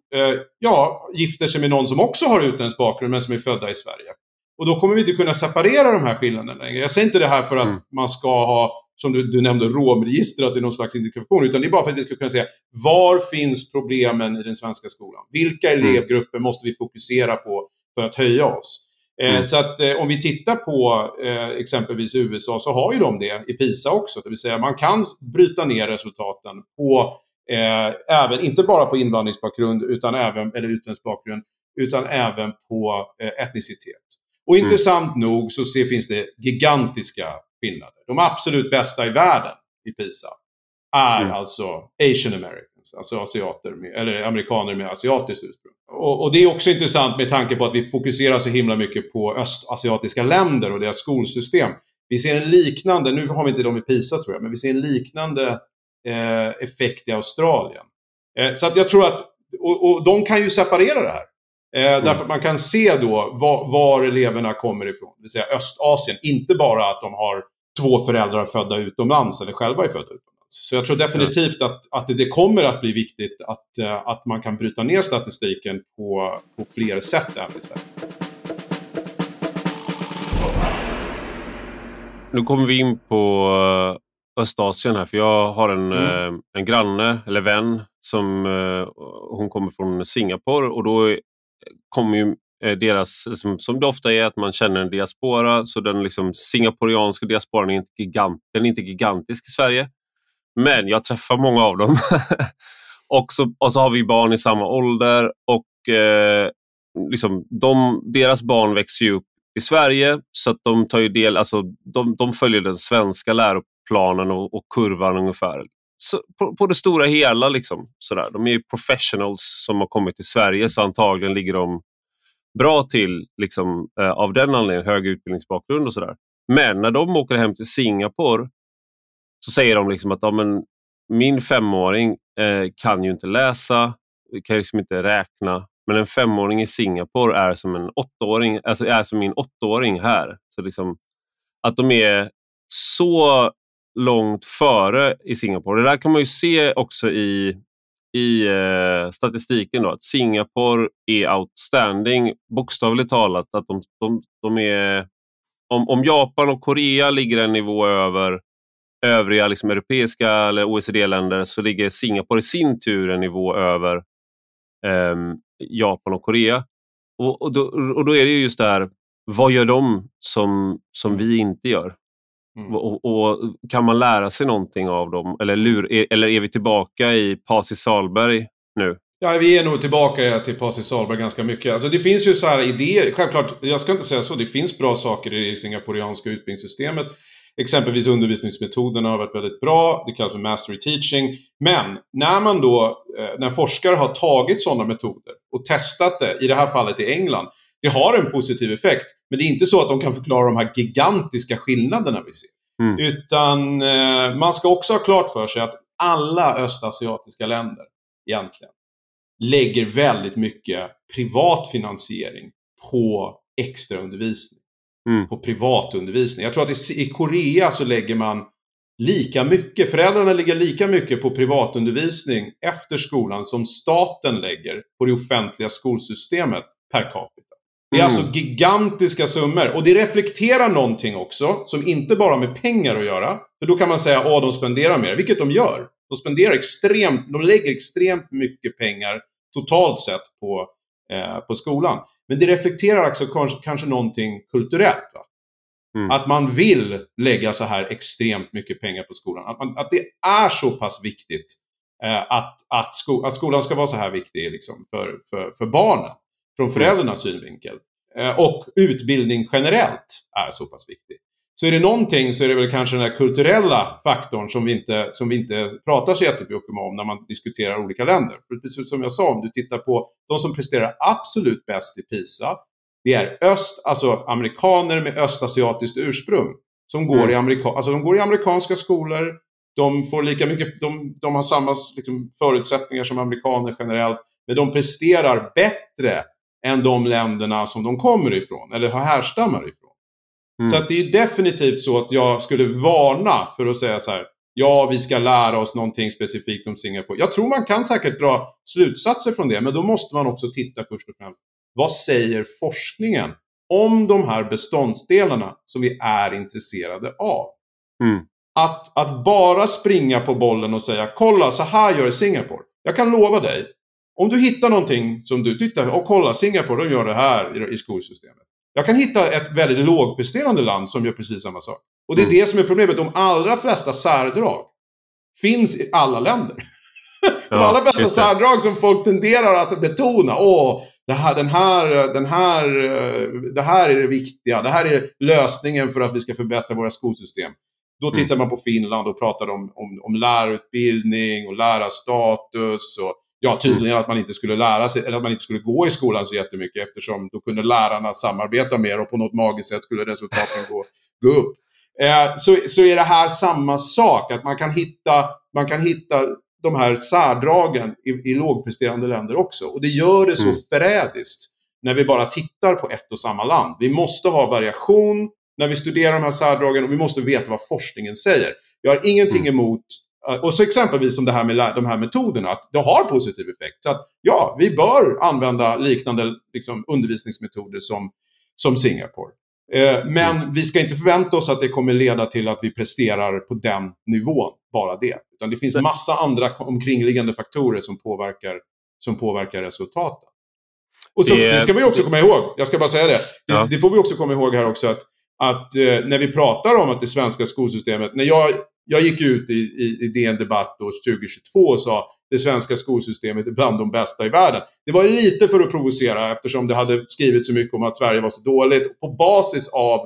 gifter sig med någon som också har utländsk bakgrund men som är födda i Sverige. Och då kommer vi inte kunna separera de här skillnaderna längre. Jag säger inte det här för att man ska ha, som du nämnde, romregister, att det är någon slags indikation, utan det är bara för att vi ska kunna säga var finns problemen i den svenska skolan? Vilka elevgrupper måste vi fokusera på för att höja oss? Så att om vi tittar på exempelvis USA, så har ju de det i PISA också. Det vill säga man kan bryta ner resultaten på även, inte bara på invandringsbakgrund utan även, eller utländsk bakgrund, utan även på etnicitet. Och intressant nog så finns det gigantiska skillnader. De absolut bästa i världen i PISA är alltså Asian Americans, alltså asiater eller amerikaner med asiatiskt ursprung. Och det är också intressant med tanke på att vi fokuserar så himla mycket på östasiatiska länder och deras skolsystem. Vi ser en liknande, nu har vi inte dem i PISA tror jag, men vi ser en liknande effekt i Australien. Så att jag tror att, och de kan ju separera det här. Därför att man kan se då var eleverna kommer ifrån, det vill säga Östasien, inte bara att de har två föräldrar födda utomlands eller själva är födda utomlands. Så jag tror definitivt att det kommer att bli viktigt att man kan bryta ner statistiken på fler sätt även i Sverige. Nu kommer vi in på Östasien här, för jag har en granne eller vän som hon kommer från Singapore, och då kommer ju deras, som det ofta är, att man känner en diaspora, så den liksom singaporianska diasporan är inte gigantisk i Sverige, men jag träffar många av dem och så har vi barn i samma ålder, och liksom deras barn växer ju upp i Sverige, så att de tar ju del, alltså de följer den svenska läroplanen och kurvan ungefär. Så på det stora hela liksom, sådär. De är ju professionals som har kommit till Sverige, så antagligen ligger de bra till liksom, av den anledningen, hög utbildningsbakgrund och sådär. Men när de åker hem till Singapore så säger de liksom att min 5-åring kan ju inte läsa, kan liksom inte räkna, men en 5-åring i Singapore är som en 8-åring, alltså är som min 8-åring här. Så liksom att de är så långt före i Singapore. Det där kan man ju se också i statistiken då, att Singapore är outstanding, bokstavligt talat, att de är, om Japan och Korea ligger en nivå över övriga liksom europeiska eller OECD-länder, så ligger Singapore i sin tur en nivå över Japan och Korea. Och då är det ju just där, vad gör de som vi inte gör? Och kan man lära sig någonting av dem? Eller är vi tillbaka i Pasi Sahlberg nu? Ja, vi är nog tillbaka till Pasi Sahlberg ganska mycket. Alltså det finns ju så här idéer, självklart, jag ska inte säga så, det finns bra saker i det singaporianska utbildningssystemet. Exempelvis undervisningsmetoderna har varit väldigt bra, det kallas för mastery teaching. Men när forskare har tagit sådana metoder och testat det, i det här fallet i England, det har en positiv effekt. Men det är inte så att de kan förklara de här gigantiska skillnaderna vi ser. Utan man ska också ha klart för sig att alla östasiatiska länder egentligen lägger väldigt mycket privat finansiering på extra undervisning. På privatundervisning. Jag tror att i Korea så lägger man lika mycket, föräldrarna lägger lika mycket på privatundervisning efter skolan som staten lägger på det offentliga skolsystemet per capita. Det är alltså gigantiska summor. Och det reflekterar någonting också som inte bara med pengar att göra. För då kan man säga att de spenderar mer, vilket de gör. De lägger extremt mycket pengar totalt sett på skolan. Men det reflekterar också kanske någonting kulturellt. Va? Att man vill lägga så här extremt mycket pengar på skolan. Att det är så pass viktigt att skolan ska vara så här viktig liksom, för barnen. Från föräldrarnas synvinkel. Och utbildning generellt är så pass viktig. Så är det någonting så är det väl kanske den här kulturella faktorn som vi inte pratar så jättemycket om när man diskuterar olika länder. För precis som jag sa, om du tittar på de som presterar absolut bäst i PISA, det är alltså amerikaner med östasiatiskt ursprung som går de går i amerikanska skolor, de får lika mycket, de har samma liksom, förutsättningar som amerikaner generellt, men de presterar bättre än de länderna som de kommer ifrån eller härstammar ifrån. Så att det är definitivt så att jag skulle varna för att säga så här: ja, vi ska lära oss någonting specifikt om Singapore. Jag tror man kan säkert dra slutsatser från det, men då måste man också titta först och främst. Vad säger forskningen om de här beståndsdelarna som vi är intresserade av? Att bara springa på bollen och säga: kolla, så här gör Singapore. Jag kan lova dig, om du hittar någonting som du tittar och kolla, Singapore, de gör det här i skolsystemet. Jag kan hitta ett väldigt lågpresterande land som gör precis samma sak. Och det är det som är problemet. De allra flesta särdrag finns i alla länder. De allra flesta särdrag som folk tenderar att betona. Det här är det viktiga. Det här är lösningen för att vi ska förbättra våra skolsystem. Då tittar man på Finland och pratar om lärarutbildning och lärarstatus och tydligen att man inte skulle lära sig, eller att man inte skulle gå i skolan så jättemycket, eftersom då kunde lärarna samarbeta mer och på något magiskt sätt skulle resultaten gå upp. Så är det här samma sak, att man kan hitta de här särdragen i lågpresterande länder också. Och det gör det så förrädiskt när vi bara tittar på ett och samma land. Vi måste ha variation när vi studerar de här särdragen, och vi måste veta vad forskningen säger. Jag har ingenting emot. Och så exempelvis som det här med de här metoderna, att det har positiv effekt. Så att vi bör använda liknande liksom, undervisningsmetoder som Singapore. Men vi ska inte förvänta oss att det kommer leda till att vi presterar på den nivån, bara det. Utan det finns massa andra omkringliggande faktorer som påverkar resultaten. Och så, det ska vi också komma ihåg, jag ska bara säga det. Det får vi också komma ihåg här också, att när vi pratar om att det svenska skolsystemet, när jag gick ut i DN Debatt 2022 och sa det svenska skolsystemet är bland de bästa i världen. Det var lite för att provocera, eftersom det hade skrivit så mycket om att Sverige var så dåligt på basis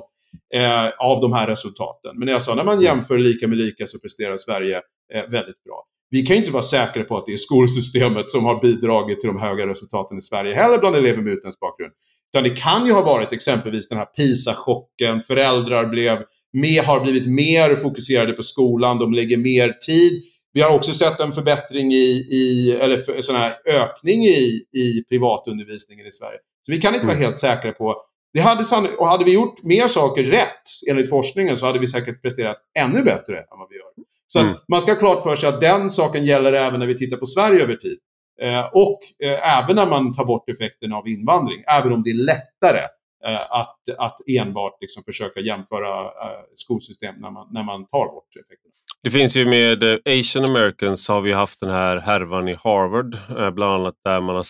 av de här resultaten. Men jag sa, när man jämför lika med lika så presterar Sverige väldigt bra. Vi kan ju inte vara säkra på att det är skolsystemet som har bidragit till de höga resultaten i Sverige heller bland elever med utländsk bakgrund. Utan det kan ju ha varit exempelvis den här PISA-chocken, föräldrar har blivit mer fokuserade på skolan, de lägger mer tid. Vi har också sett en förbättring eller sån här ökning i privatundervisningen i Sverige. Så vi kan inte vara helt säkra på. Hade vi gjort mer saker rätt enligt forskningen, så hade vi säkert presterat ännu bättre än vad vi gör. Så att man ska ha klart för sig att den saken gäller även när vi tittar på Sverige över tid. Och även när man tar bort effekten av invandring. Även om det är lättare att enbart liksom försöka jämföra skolsystem när man tar bort effekterna. Det finns ju med Asian Americans, har vi haft den här härvan i Harvard, bland annat, där man har sett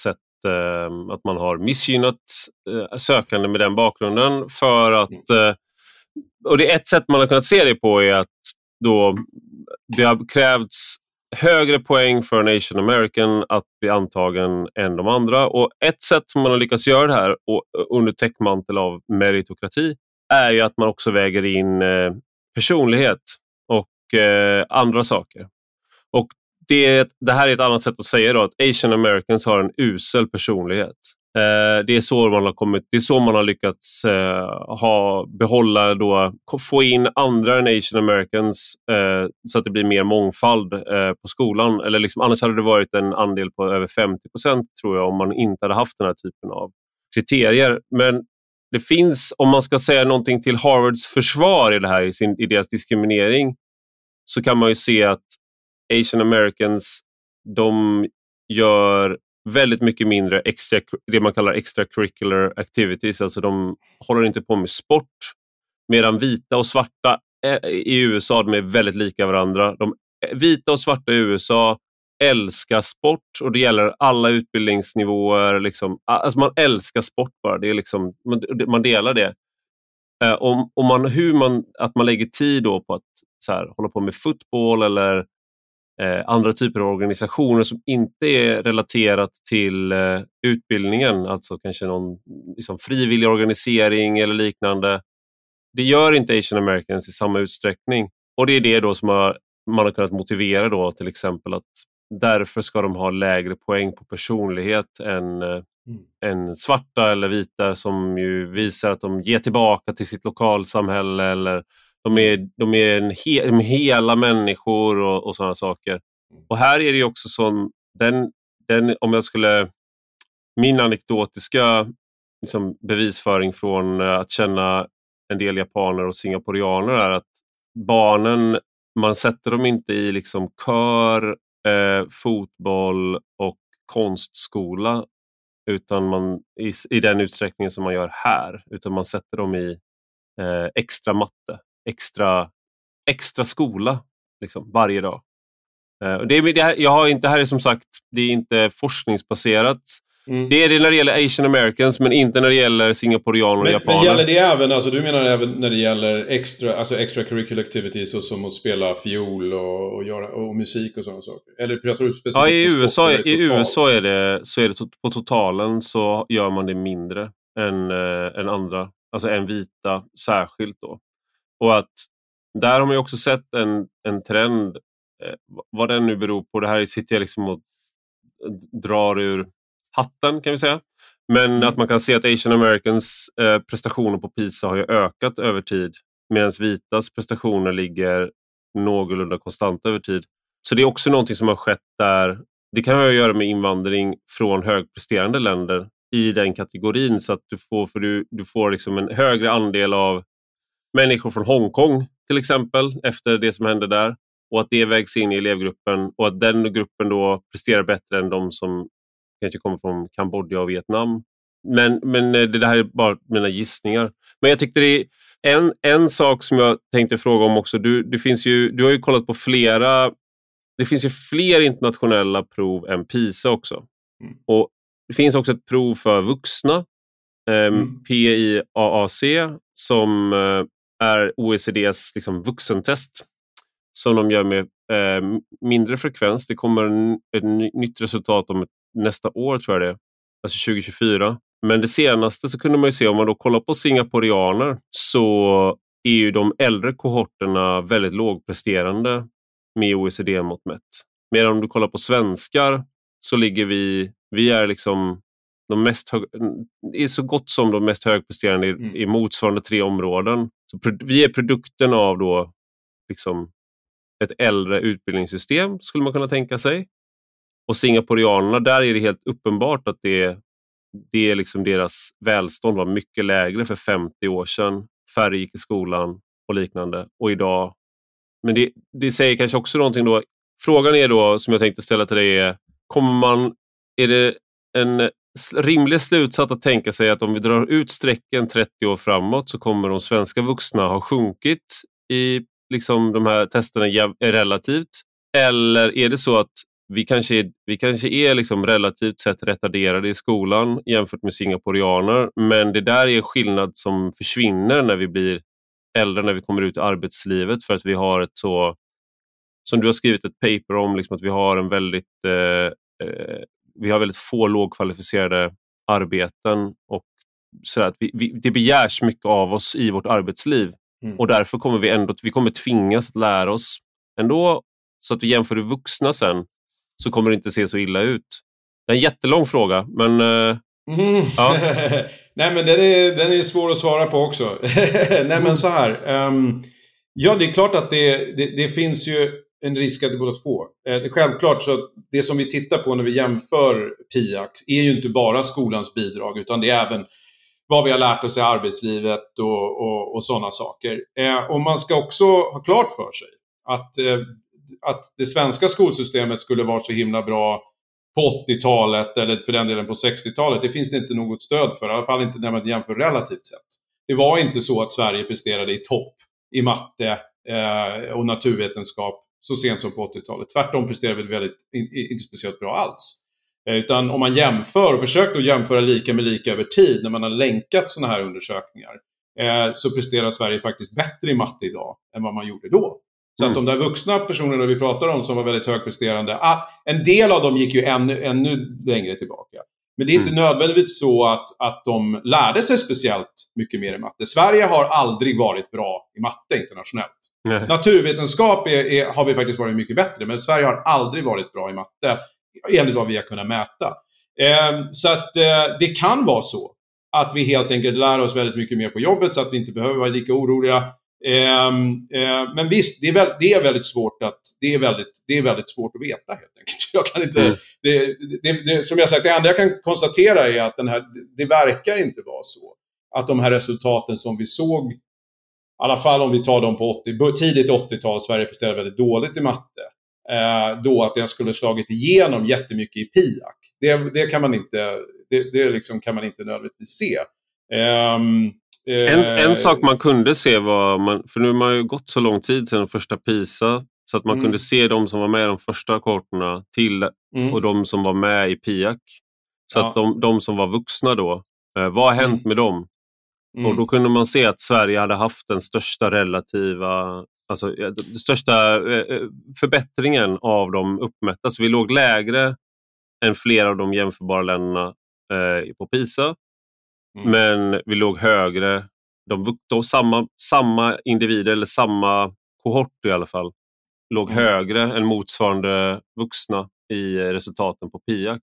att man har missgynnat sökande med den bakgrunden för att och det är ett sätt man har kunnat se det på är att då det har krävts högre poäng för en Asian American att bli antagen än de andra. Och ett sätt som man har lyckats göra det här under täckmantel av meritokrati är ju att man också väger in personlighet och andra saker. Och det här är ett annat sätt att säga då att Asian Americans har en usel personlighet. Det är så man har lyckats behålla då, få in andra än Asian Americans så att det blir mer mångfald på skolan. Eller liksom, annars hade det varit en andel på över 50% tror jag om man inte hade haft den här typen av kriterier. Men det finns, om man ska säga någonting till Harvards försvar i det här i deras diskriminering, så kan man ju se att Asian Americans, de gör väldigt mycket mindre det man kallar extracurricular activities, alltså de håller inte på med sport, medan vita och svarta i USA, de är väldigt lika varandra. Vita och svarta i USA älskar sport och det gäller alla utbildningsnivåer liksom. Alltså man älskar sport bara, det är liksom, man delar det. Att man lägger tid då på att så här, hålla på med fotboll eller andra typer av organisationer som inte är relaterat till utbildningen, alltså kanske någon liksom, frivillig organisering eller liknande. Det gör inte Asian Americans i samma utsträckning. Och det är det då som man har kunnat motivera då, till exempel att därför ska de ha lägre poäng på personlighet än svarta eller vita som ju visar att de ger tillbaka till sitt lokalsamhälle eller de är hela människor och sådana saker. Och här är det ju också sån, om jag skulle, min anekdotiska liksom, bevisföring från att känna en del japaner och singaporianer är att barnen, man sätter dem inte i liksom kör, fotboll och konstskola utan man i den utsträckningen som man gör här, utan man sätter dem i extra matte, extra skola liksom, varje dag. Det här är som sagt, det är inte forskningsbaserat. Det är det när det gäller Asian Americans, men inte när det gäller singaporianer och japaner. Men gäller det även, alltså du menar även när det gäller extracurricular activities och som att spela fiol och musik och sådana saker? Eller pratar du specifikt i USA är det på totalen så gör man det mindre än andra, alltså än vita särskilt då. Och att där har man ju också sett en trend, vad den nu beror på. Det här sitter jag liksom och drar ur hatten kan vi säga. Men att man kan se att Asian Americans prestationer på PISA har ju ökat över tid, medan vitas prestationer ligger någorlunda konstant över tid. Så det är också någonting som har skett där. Det kan ha att göra med invandring från högpresterande länder i den kategorin, så att du får liksom en högre andel av människor från Hongkong till exempel efter det som hände där, och att det vägs in i elevgruppen och att den gruppen då presterar bättre än de som kanske kommer från Kambodja och Vietnam. Men det här är bara mina gissningar. Men jag tyckte det är en sak som jag tänkte fråga om också. Du har ju kollat på det finns ju fler internationella prov än PISA också. Och det finns också ett prov för vuxna, PIAAC, som är OECDs liksom vuxentest som de gör med mindre frekvens. Det kommer ett nytt resultat om nästa år tror jag det är, alltså 2024. Men det senaste så kunde man ju se, om man då kollar på singaporianer, så är ju de äldre kohorterna väldigt lågpresterande med OECD-mått mätt. Medan om du kollar på svenskar så ligger vi är liksom är så gott som de mest högpresterande i motsvarande 3 områden. Så vi är produkten av då liksom ett äldre utbildningssystem, skulle man kunna tänka sig. Och singaporianerna, där är det helt uppenbart att det är liksom deras välstånd var mycket lägre för 50 år sedan. Färre gick i skolan och liknande. Och idag, men det säger kanske också någonting då. Frågan är då, som jag tänkte ställa till dig, är det en rimlig slutsats att tänka sig att om vi drar ut sträcken 30 år framåt så kommer de svenska vuxna ha sjunkit i liksom de här testerna relativt? Eller är det så att vi kanske är liksom relativt sett retarderade i skolan jämfört med singaporianer, men det där är skillnad som försvinner när vi blir äldre, när vi kommer ut i arbetslivet, för att vi har ett så, som du har skrivit ett paper om, liksom att vi har en vi har väldigt få lågkvalificerade arbeten, och så att det begärs mycket av oss i vårt arbetsliv, och därför kommer vi kommer tvingas att lära oss ändå, så att vi jämför det vuxna sen, så kommer det inte se så illa ut. Det är en jättelång fråga, men ja. Nej, men den är svår att svara på också. Nej, men så här. Ja, det är klart att det finns ju en risk att det båda två. Självklart, så det som vi tittar på när vi jämför PIAC är ju inte bara skolans bidrag, utan det är även vad vi har lärt oss i arbetslivet och sådana saker. Och man ska också ha klart för sig att det svenska skolsystemet skulle vara så himla bra på 80-talet eller för den delen på 60-talet. Det finns det inte något stöd för, i alla fall inte när man jämför relativt sett. Det var inte så att Sverige presterade i topp i matte och naturvetenskap så sent som på 80-talet. Tvärtom presterade vi inte speciellt bra alls. Utan om man jämför och försöker att jämföra lika med lika över tid, när man har länkat sådana här undersökningar, så presterar Sverige faktiskt bättre i matte idag än vad man gjorde då. Så att de där vuxna personerna vi pratar om som var väldigt högpresterande, en del av dem gick ju ännu längre tillbaka. Men det är inte nödvändigtvis så att de lärde sig speciellt mycket mer i matte. Sverige har aldrig varit bra i matte internationellt. Nej. Naturvetenskap har vi faktiskt varit mycket bättre, men Sverige har aldrig varit bra i matte enligt vad vi har kunnat mäta. Så att det kan vara så att vi helt enkelt lär oss väldigt mycket mer på jobbet, så att vi inte behöver vara lika oroliga. Men visst, det är väldigt svårt det är väldigt svårt att veta helt enkelt. Jag kan inte, som jag sagt, det enda jag kan konstatera är att det verkar inte vara så att de här resultaten som vi såg, i alla fall om vi tar dem på tidigt 80-tal, Sverige presterade väldigt dåligt i matte, då att det skulle slagit igenom jättemycket i PIAC. Det kan man inte, det liksom kan man inte nödvändigtvis se. En sak man kunde se var, för nu har man ju gått så lång tid sedan första PISA, så att man kunde se de som var med i de första korterna till och de som var med i PIAC. Så att de som var vuxna då, vad har hänt med dem? Och då kunde man se att Sverige hade haft den största den största förbättringen av de uppmätta. Så vi låg lägre än flera av de jämförbara länderna på PISA. Men vi låg högre, samma individer eller samma kohort i alla fall låg högre än motsvarande vuxna i resultaten på PIAC.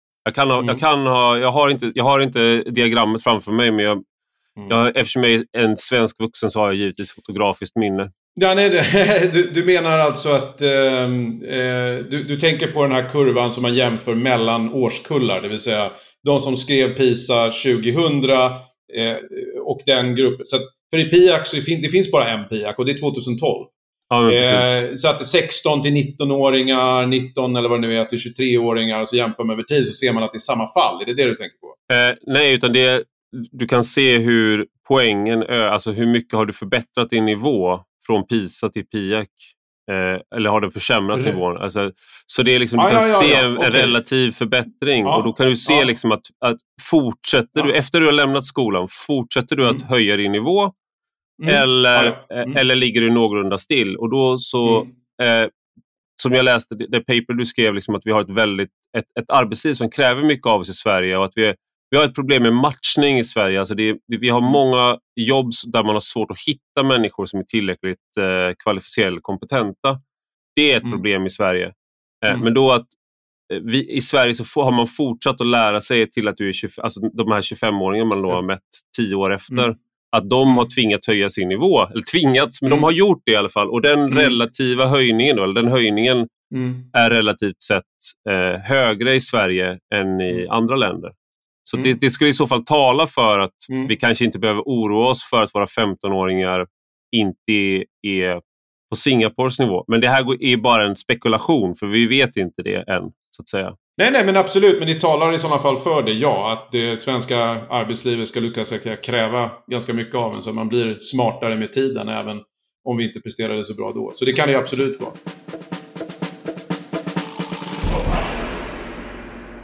Jag har inte diagrammet framför mig, men eftersom jag är en svensk vuxen så har jag givetvis fotografiskt minne. Ja, nej, du menar alltså att du tänker på den här kurvan som man jämför mellan årskullar, det vill säga de som skrev PISA 2000 och den gruppen. Så att, för i PIAC så det finns bara en PIAC och det är 2012. Ja, så att 16 till 19-åringar, 19 eller vad det nu är till 23-åringar, så jämför man över tid så ser man att det är samma fall. Är det du tänker på? Nej, utan du kan se hur poängen, alltså hur mycket har du förbättrat din nivå från PISA till PIAC. Eller har den försämrat nivån? Alltså, så det är liksom, du kan se en relativ förbättring. Och då kan du se liksom att fortsätter du, efter du har lämnat skolan, fortsätter du att höja din nivå eller ligger du någorlunda still? Och då så, som jag läste det paper du skrev, liksom att vi har ett arbetsliv som kräver mycket av oss i Sverige, och att vi har ett problem med matchning i Sverige. Alltså vi har många jobb där man har svårt att hitta människor som är tillräckligt kvalificerade och kompetenta. Det är ett problem i Sverige. Men då att vi i Sverige så har man fortsatt att lära sig till att du är alltså de här 25-åringarna man då har mätt 10 år efter, att de har tvingats höja sin nivå. Eller tvingats, men de har gjort det i alla fall. Och den relativa höjningen då, eller den höjningen är relativt sett högre i Sverige än i andra länder. Så det skulle i så fall tala för att vi kanske inte behöver oroa oss för att våra 15-åringar inte är på Singapores nivå. Men det här är bara en spekulation, för vi vet inte det än, så att säga. Nej, men absolut. Men det talar i sådana fall för det, att det svenska arbetslivet ska lyckas kräva ganska mycket av en, så man blir smartare med tiden, även om vi inte presterade så bra då. Så det kan det absolut vara.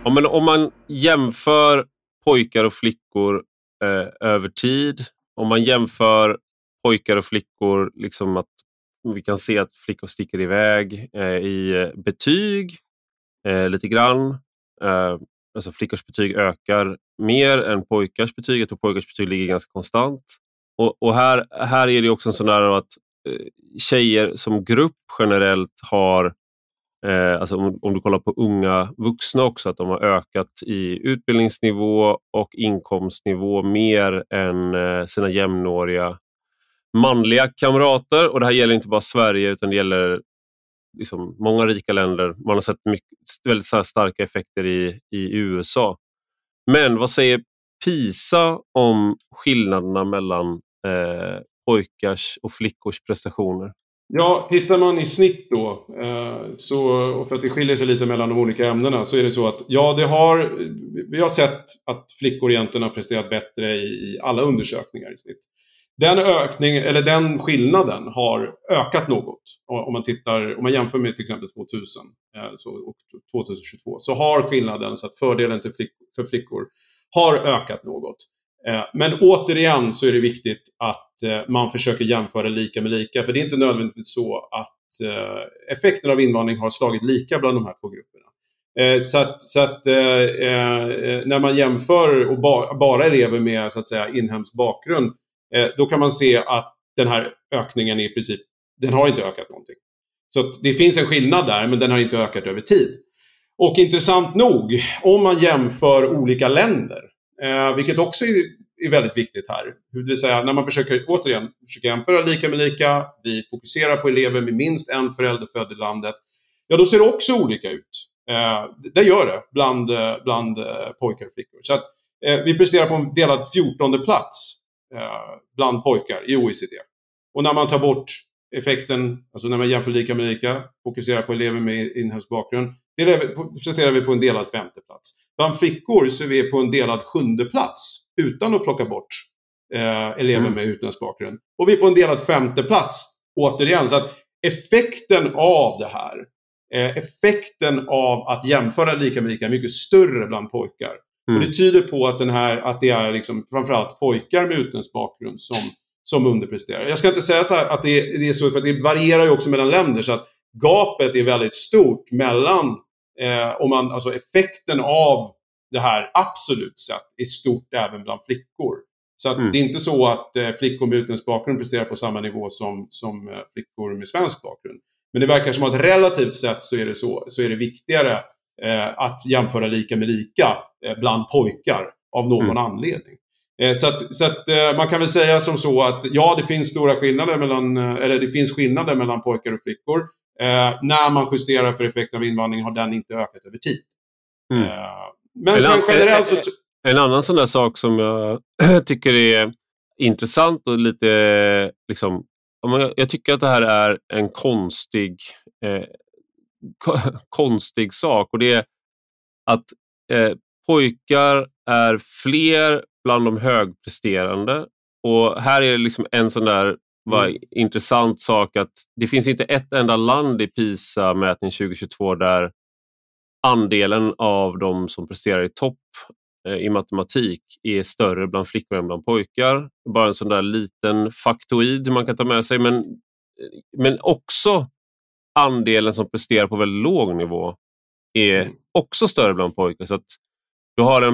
Ja, men om man jämför pojkar och flickor över tid, om man jämför pojkar och flickor, liksom att vi kan se att flickor sticker iväg i betyg lite grann. Alltså flickors betyg ökar mer än pojkars betyg. Jag tror pojkars betyg ligger ganska konstant. Och här är det också en sån där att tjejer som grupp generellt har, alltså om du kollar på unga vuxna också, att de har ökat i utbildningsnivå och inkomstnivå mer än sina jämnåriga manliga kamrater. Och det här gäller inte bara Sverige, utan det gäller liksom många rika länder. Man har sett väldigt starka effekter i USA. Men vad säger PISA om skillnaderna mellan pojkars och flickors prestationer? Ja, tittar man i snitt då, och för att det skiljer sig lite mellan de olika ämnena, så är det så att vi har sett att flickor egentligen har presterat bättre i alla undersökningar i snitt. Den skillnaden har ökat något. Om man jämför med till exempel 2000 och 2022, så har skillnaden, så att fördelen för flickor har ökat något. Men återigen så är det viktigt att man försöker jämföra lika med lika. För det är inte nödvändigtvis så att effekten av invandring har slagit lika bland de här två grupperna. När man jämför och bara elever med så att säga inhemsk bakgrund, då kan man se att den här ökningen i princip, den har inte ökat någonting. Så att det finns en skillnad där, men den har inte ökat över tid. Och intressant nog, om man jämför olika länder, vilket också är väldigt viktigt här. Det vill säga, när man försöker jämföra lika med lika, vi fokuserar på elever med minst en förälder född i landet, ja, då ser det också olika ut. Det gör det bland pojkar och flickor. Så att vi presterar på en delad 14:e plats bland pojkar i OECD. Och när man tar bort effekten, alltså när man jämför lika med lika, fokuserar på elever med inhemsk bakgrund, presterar vi på en delad 5:e plats. Bland flickor så är vi på en delad 7:e plats utan att plocka bort elever med utländsk bakgrund. Och vi är på en delad 5:e plats återigen. Så att effekten av det här, effekten av att jämföra lika med lika är mycket större bland pojkar. Och det tyder på att det är liksom framförallt pojkar med utländsk bakgrund som underpresterar. Jag ska inte säga så här att det är så, för det varierar ju också mellan länder, så att gapet är väldigt stort mellan alltså effekten av det här absolut sett är stort även bland flickor. Så att det är inte så att flickor med utländsk bakgrund presterar på samma nivå som flickor med svensk bakgrund. Men det verkar som att relativt sett så är det viktigare att jämföra lika med lika bland pojkar av någon anledning. Så att man kan väl säga som så att ja, det finns stora skillnader det finns skillnader mellan pojkar och flickor. När man justerar för effekten av invandring har den inte ökat över tid. Men sen generellt så... En annan sån där sak som jag tycker är intressant och lite liksom, jag tycker att det här är en konstig sak, och det är att pojkar är fler bland de högpresterande, och här är det liksom en sån där intressant sak att det finns inte ett enda land i PISA-mätning 2022 där andelen av de som presterar i topp i matematik är större bland flickor än bland pojkar. Bara en sån där liten faktoid man kan ta med sig, men också andelen som presterar på väldigt låg nivå är också större bland pojkar. Så att du har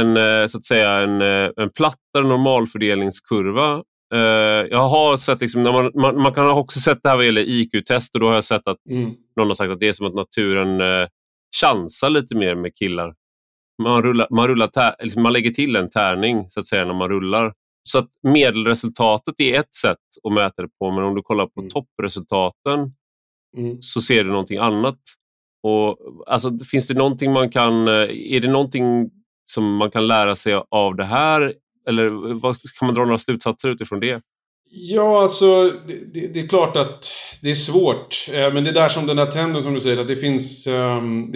en plattare normalfördelningskurva. Jag har sett liksom, man kan ha också sett det här vad gäller IQ-test, och då har jag sett att någon har sagt att det är som att naturen chansar lite mer med killar. Man lägger till en tärning så att säga när man rullar. Så att medelresultatet är ett sätt att mäta det på, men om du kollar på toppresultaten så ser du någonting annat. Och alltså, finns det någonting är det någonting som man kan lära sig av det här, eller kan man dra några slutsatser utifrån det? Ja, alltså det är klart att det är svårt, men det är där som den här trenden som du säger, att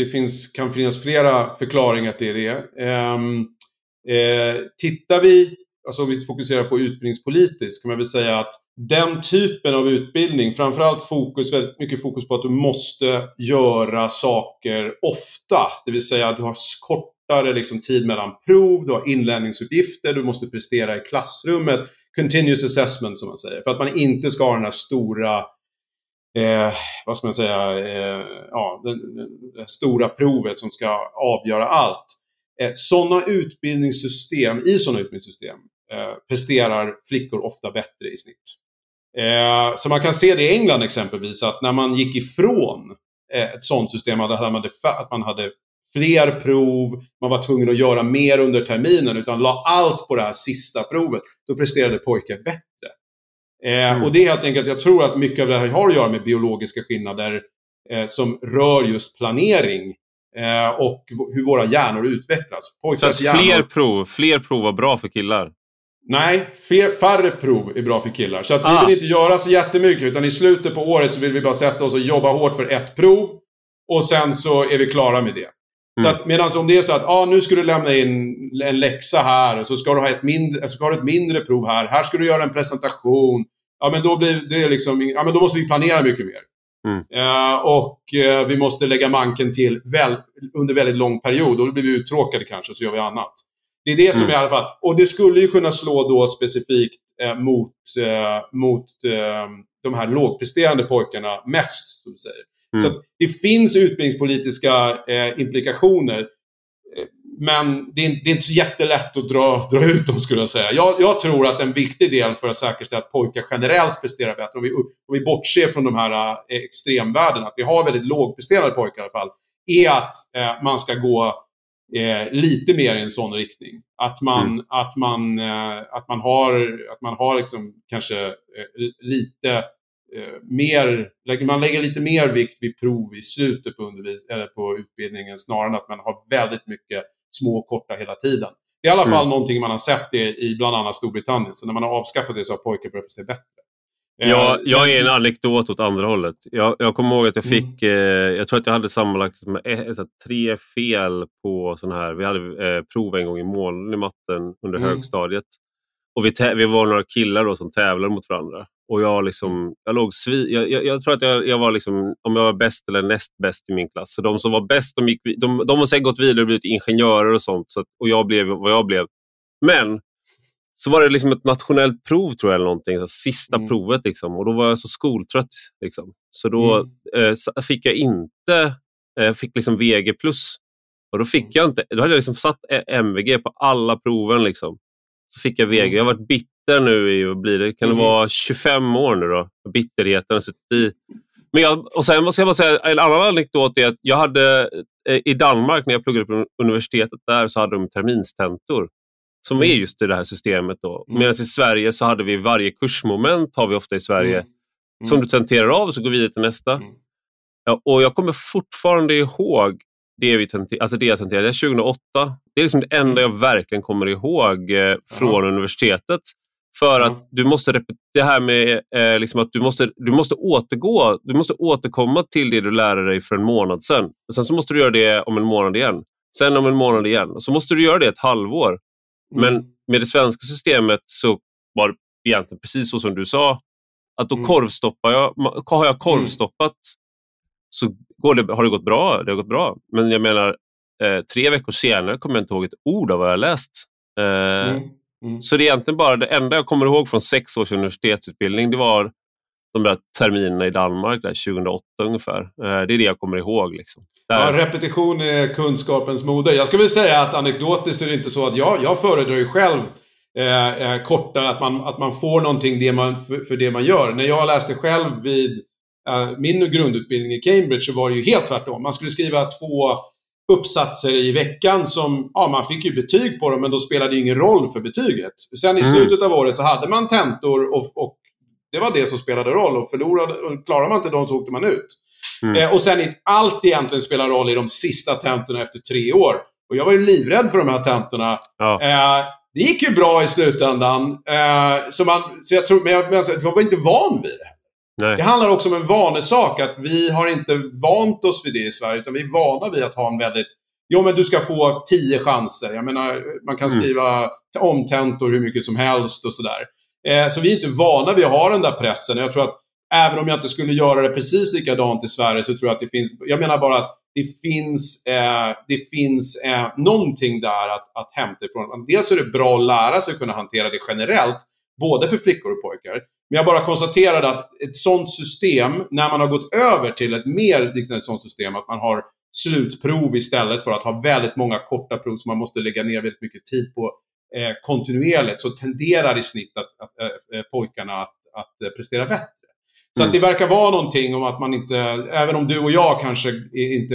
kan finnas flera förklaringar till det. Tittar vi alltså om vi fokuserar på utbildningspolitiskt, kan man väl säga att den typen av utbildning, framförallt väldigt mycket fokus på att du måste göra saker ofta. Det vill säga att du har kortare liksom tid mellan prov, du har inlärningsuppgifter, du måste prestera i klassrummet. Continuous assessment som man säger. För att man inte ska ha den här stora vad ska man säga, det stora provet som ska avgöra allt. Sådana utbildningssystem presterar flickor ofta bättre i snitt. Så man kan se det i England exempelvis, att när man gick ifrån ett sådant system att man hade fler prov, man var tvungen att göra mer under terminen, utan la allt på det här sista provet, då presterade pojkar bättre. Och det är helt enkelt, jag tror att mycket av det här har att göra med biologiska skillnader som rör just planering och hur våra hjärnor utvecklas. Så att fler prov var bra för killar? Nej, färre prov är bra för killar. Så att vi vill inte göra så jättemycket, utan i slutet på året så vill vi bara sätta oss och jobba hårt för ett prov, och sen så är vi klara med det. Så att medan om det är så att nu ska du lämna in en läxa här, och så ska du ha ett mindre prov här ska du göra en presentation, men då blir det liksom, men då måste vi planera mycket mer. Och vi måste lägga manken till under väldigt lång period, och då blir vi uttråkade kanske, så gör vi annat. Det är det som är i alla fall, och det skulle ju kunna slå då specifikt mot de här lågpresterande pojkarna mest, som du säger. Så att det finns utbildningspolitiska implikationer, men det är inte så jättelätt att dra ut dem, skulle jag säga. Jag tror att en viktig del för att säkerställa att pojkar generellt presterar bättre, om vi bortser från de här extremvärdena, att vi har väldigt lågpresterande pojkar i alla fall, är att man ska gå lite mer i en sån riktning. Att man har liksom kanske lite mer, man lägger lite mer vikt vid prov i slutet på eller på utbildningen, snarare än att man har väldigt mycket små och korta hela tiden. Det är i alla fall någonting man har sett det i bland annat Storbritannien. Så när man har avskaffat det så har pojkar börjat prestera bättre. Jag är en anekdot åt andra hållet. Jag kommer ihåg att jag fick, jag tror att jag hade sammanlagt 3 fel på sån här. Vi hade prov en gång i månaden i matten under högstadiet. Och vi var några killar då som tävlade mot varandra. Och jag liksom, jag tror att jag var liksom, om jag var bäst eller näst bäst i min klass. Så de som var bäst, de har säkert gått vidare och blivit ingenjörer och sånt. Och jag blev vad jag blev. Men så var det liksom ett nationellt prov, tror jag, eller någonting. Sista provet liksom. Och då var jag så skoltrött liksom. Så då fick jag inte, fick liksom VG+. Och då fick jag inte, då hade jag liksom satt MVG på alla proven liksom. Så fick jag VG. Jag har varit bitter nu i, vad blir det? Kan det vara 25 år nu då? Bitterheten har suttit i. Men och sen måste jag bara säga, en annan anekdot är att jag hade i Danmark, när jag pluggade på universitetet där, så hade de terminstentor. Som är just i det här systemet då. Medan i Sverige så hade vi varje kursmoment, har vi ofta i Sverige, som du tenterar av och så går vi vidare till nästa. Ja, och jag kommer fortfarande ihåg det jag tenterade 2008. Det är liksom det enda jag verkligen kommer ihåg från universitetet. För att du måste det här med liksom att du måste återkomma till det du lärde dig för en månad sedan. Och sen så måste du göra det om en månad igen. Sen om en månad igen. Och så måste du göra det ett halvår. Men med det svenska systemet så var det egentligen precis så som du sa. Att då har jag korvstoppat, så har det gått bra. Det har gått bra. Men jag menar, 3 veckor senare kommer jag inte ihåg ett ord av vad jag läst. Så det är egentligen bara det enda jag kommer ihåg från 6 års universitetsutbildning. Det var de där terminerna i Danmark där 2008 ungefär. Det är det jag kommer ihåg liksom. Ja, repetition är kunskapens moder. Jag skulle vilja säga att anekdotiskt är det inte så att jag föredrar ju själv kortare, att man får någonting för det man gör. När jag läste själv vid min grundutbildning i Cambridge så var det ju helt tvärtom. Man skulle skriva 2 uppsatser i veckan som, man fick ju betyg på dem, men då spelade det ingen roll för betyget. Sen i slutet av året så hade man tentor och det var det som spelade roll, och klarade man inte dem så åkte man ut. Och sen allt egentligen spelar roll i de sista tentorna efter 3 år. Och jag var ju livrädd för de här tentorna. Det gick ju bra i slutändan. Så jag tror, men jag var inte van vid det. Nej. Det handlar också om en vanesak, att vi har inte vant oss vid det i Sverige, utan vi är vana vid att ha en väldigt Jo, men du ska få 10 chanser. Jag menar, man kan skriva omtentor hur mycket som helst och sådär. Så vi är inte vana vid att ha den där pressen. Jag tror att även om jag inte skulle göra det precis likadant i Sverige, så tror jag att det finns... Jag menar bara att det finns någonting där att hämta ifrån. Dels är det bra att lära sig att kunna hantera det generellt, både för flickor och pojkar. Men jag bara konstaterade att ett sånt system, när man har gått över till ett mer liknande sånt system, att man har slutprov istället för att ha väldigt många korta prov som man måste lägga ner väldigt mycket tid på kontinuerligt, så tenderar i snitt att pojkarna att prestera bättre. Så att det verkar vara någonting om att man inte, även om du och jag kanske inte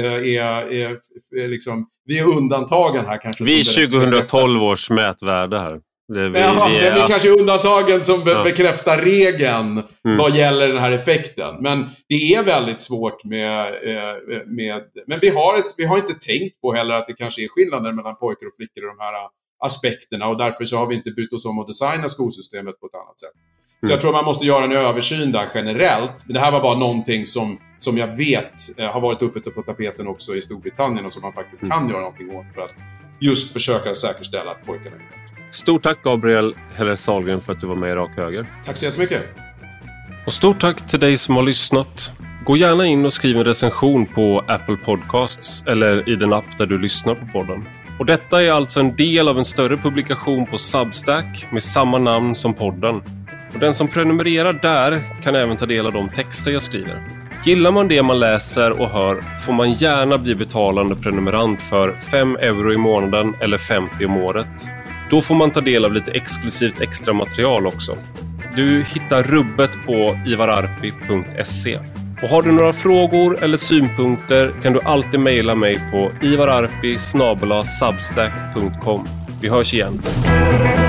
är liksom, vi är undantagen här kanske. Vi är 2012 års mätvärde här. Vi är kanske undantagen som bekräftar regeln vad gäller den här effekten. Men det är väldigt svårt med men vi har inte tänkt på heller att det kanske är skillnader mellan pojkar och flickor i de här aspekterna, och därför så har vi inte brytt oss om att designa skolsystemet på ett annat sätt. Så jag tror man måste göra en översyn där generellt. Men det här var bara någonting som jag vet har varit uppe på tapeten också i Storbritannien, och som man faktiskt kan göra någonting åt för att just försöka säkerställa att pojkarna är bättre. Stort tack Gabriel Heller Sahlgren för att du var med i Rak Höger. Tack så jättemycket. Och stort tack till dig som har lyssnat. Gå gärna in och skriv en recension på Apple Podcasts eller i den app där du lyssnar på podden. Och detta är alltså en del av en större publikation på Substack med samma namn som podden. Och den som prenumererar där kan även ta del av de texter jag skriver. Gillar man det man läser och hör får man gärna bli betalande prenumerant för 5 euro i månaden eller 50 om året. Då får man ta del av lite exklusivt extra material också. Du hittar rubbet på ivararpi.se. Och har du några frågor eller synpunkter kan du alltid mejla mig på ivararpi@substack.com. Vi hörs igen.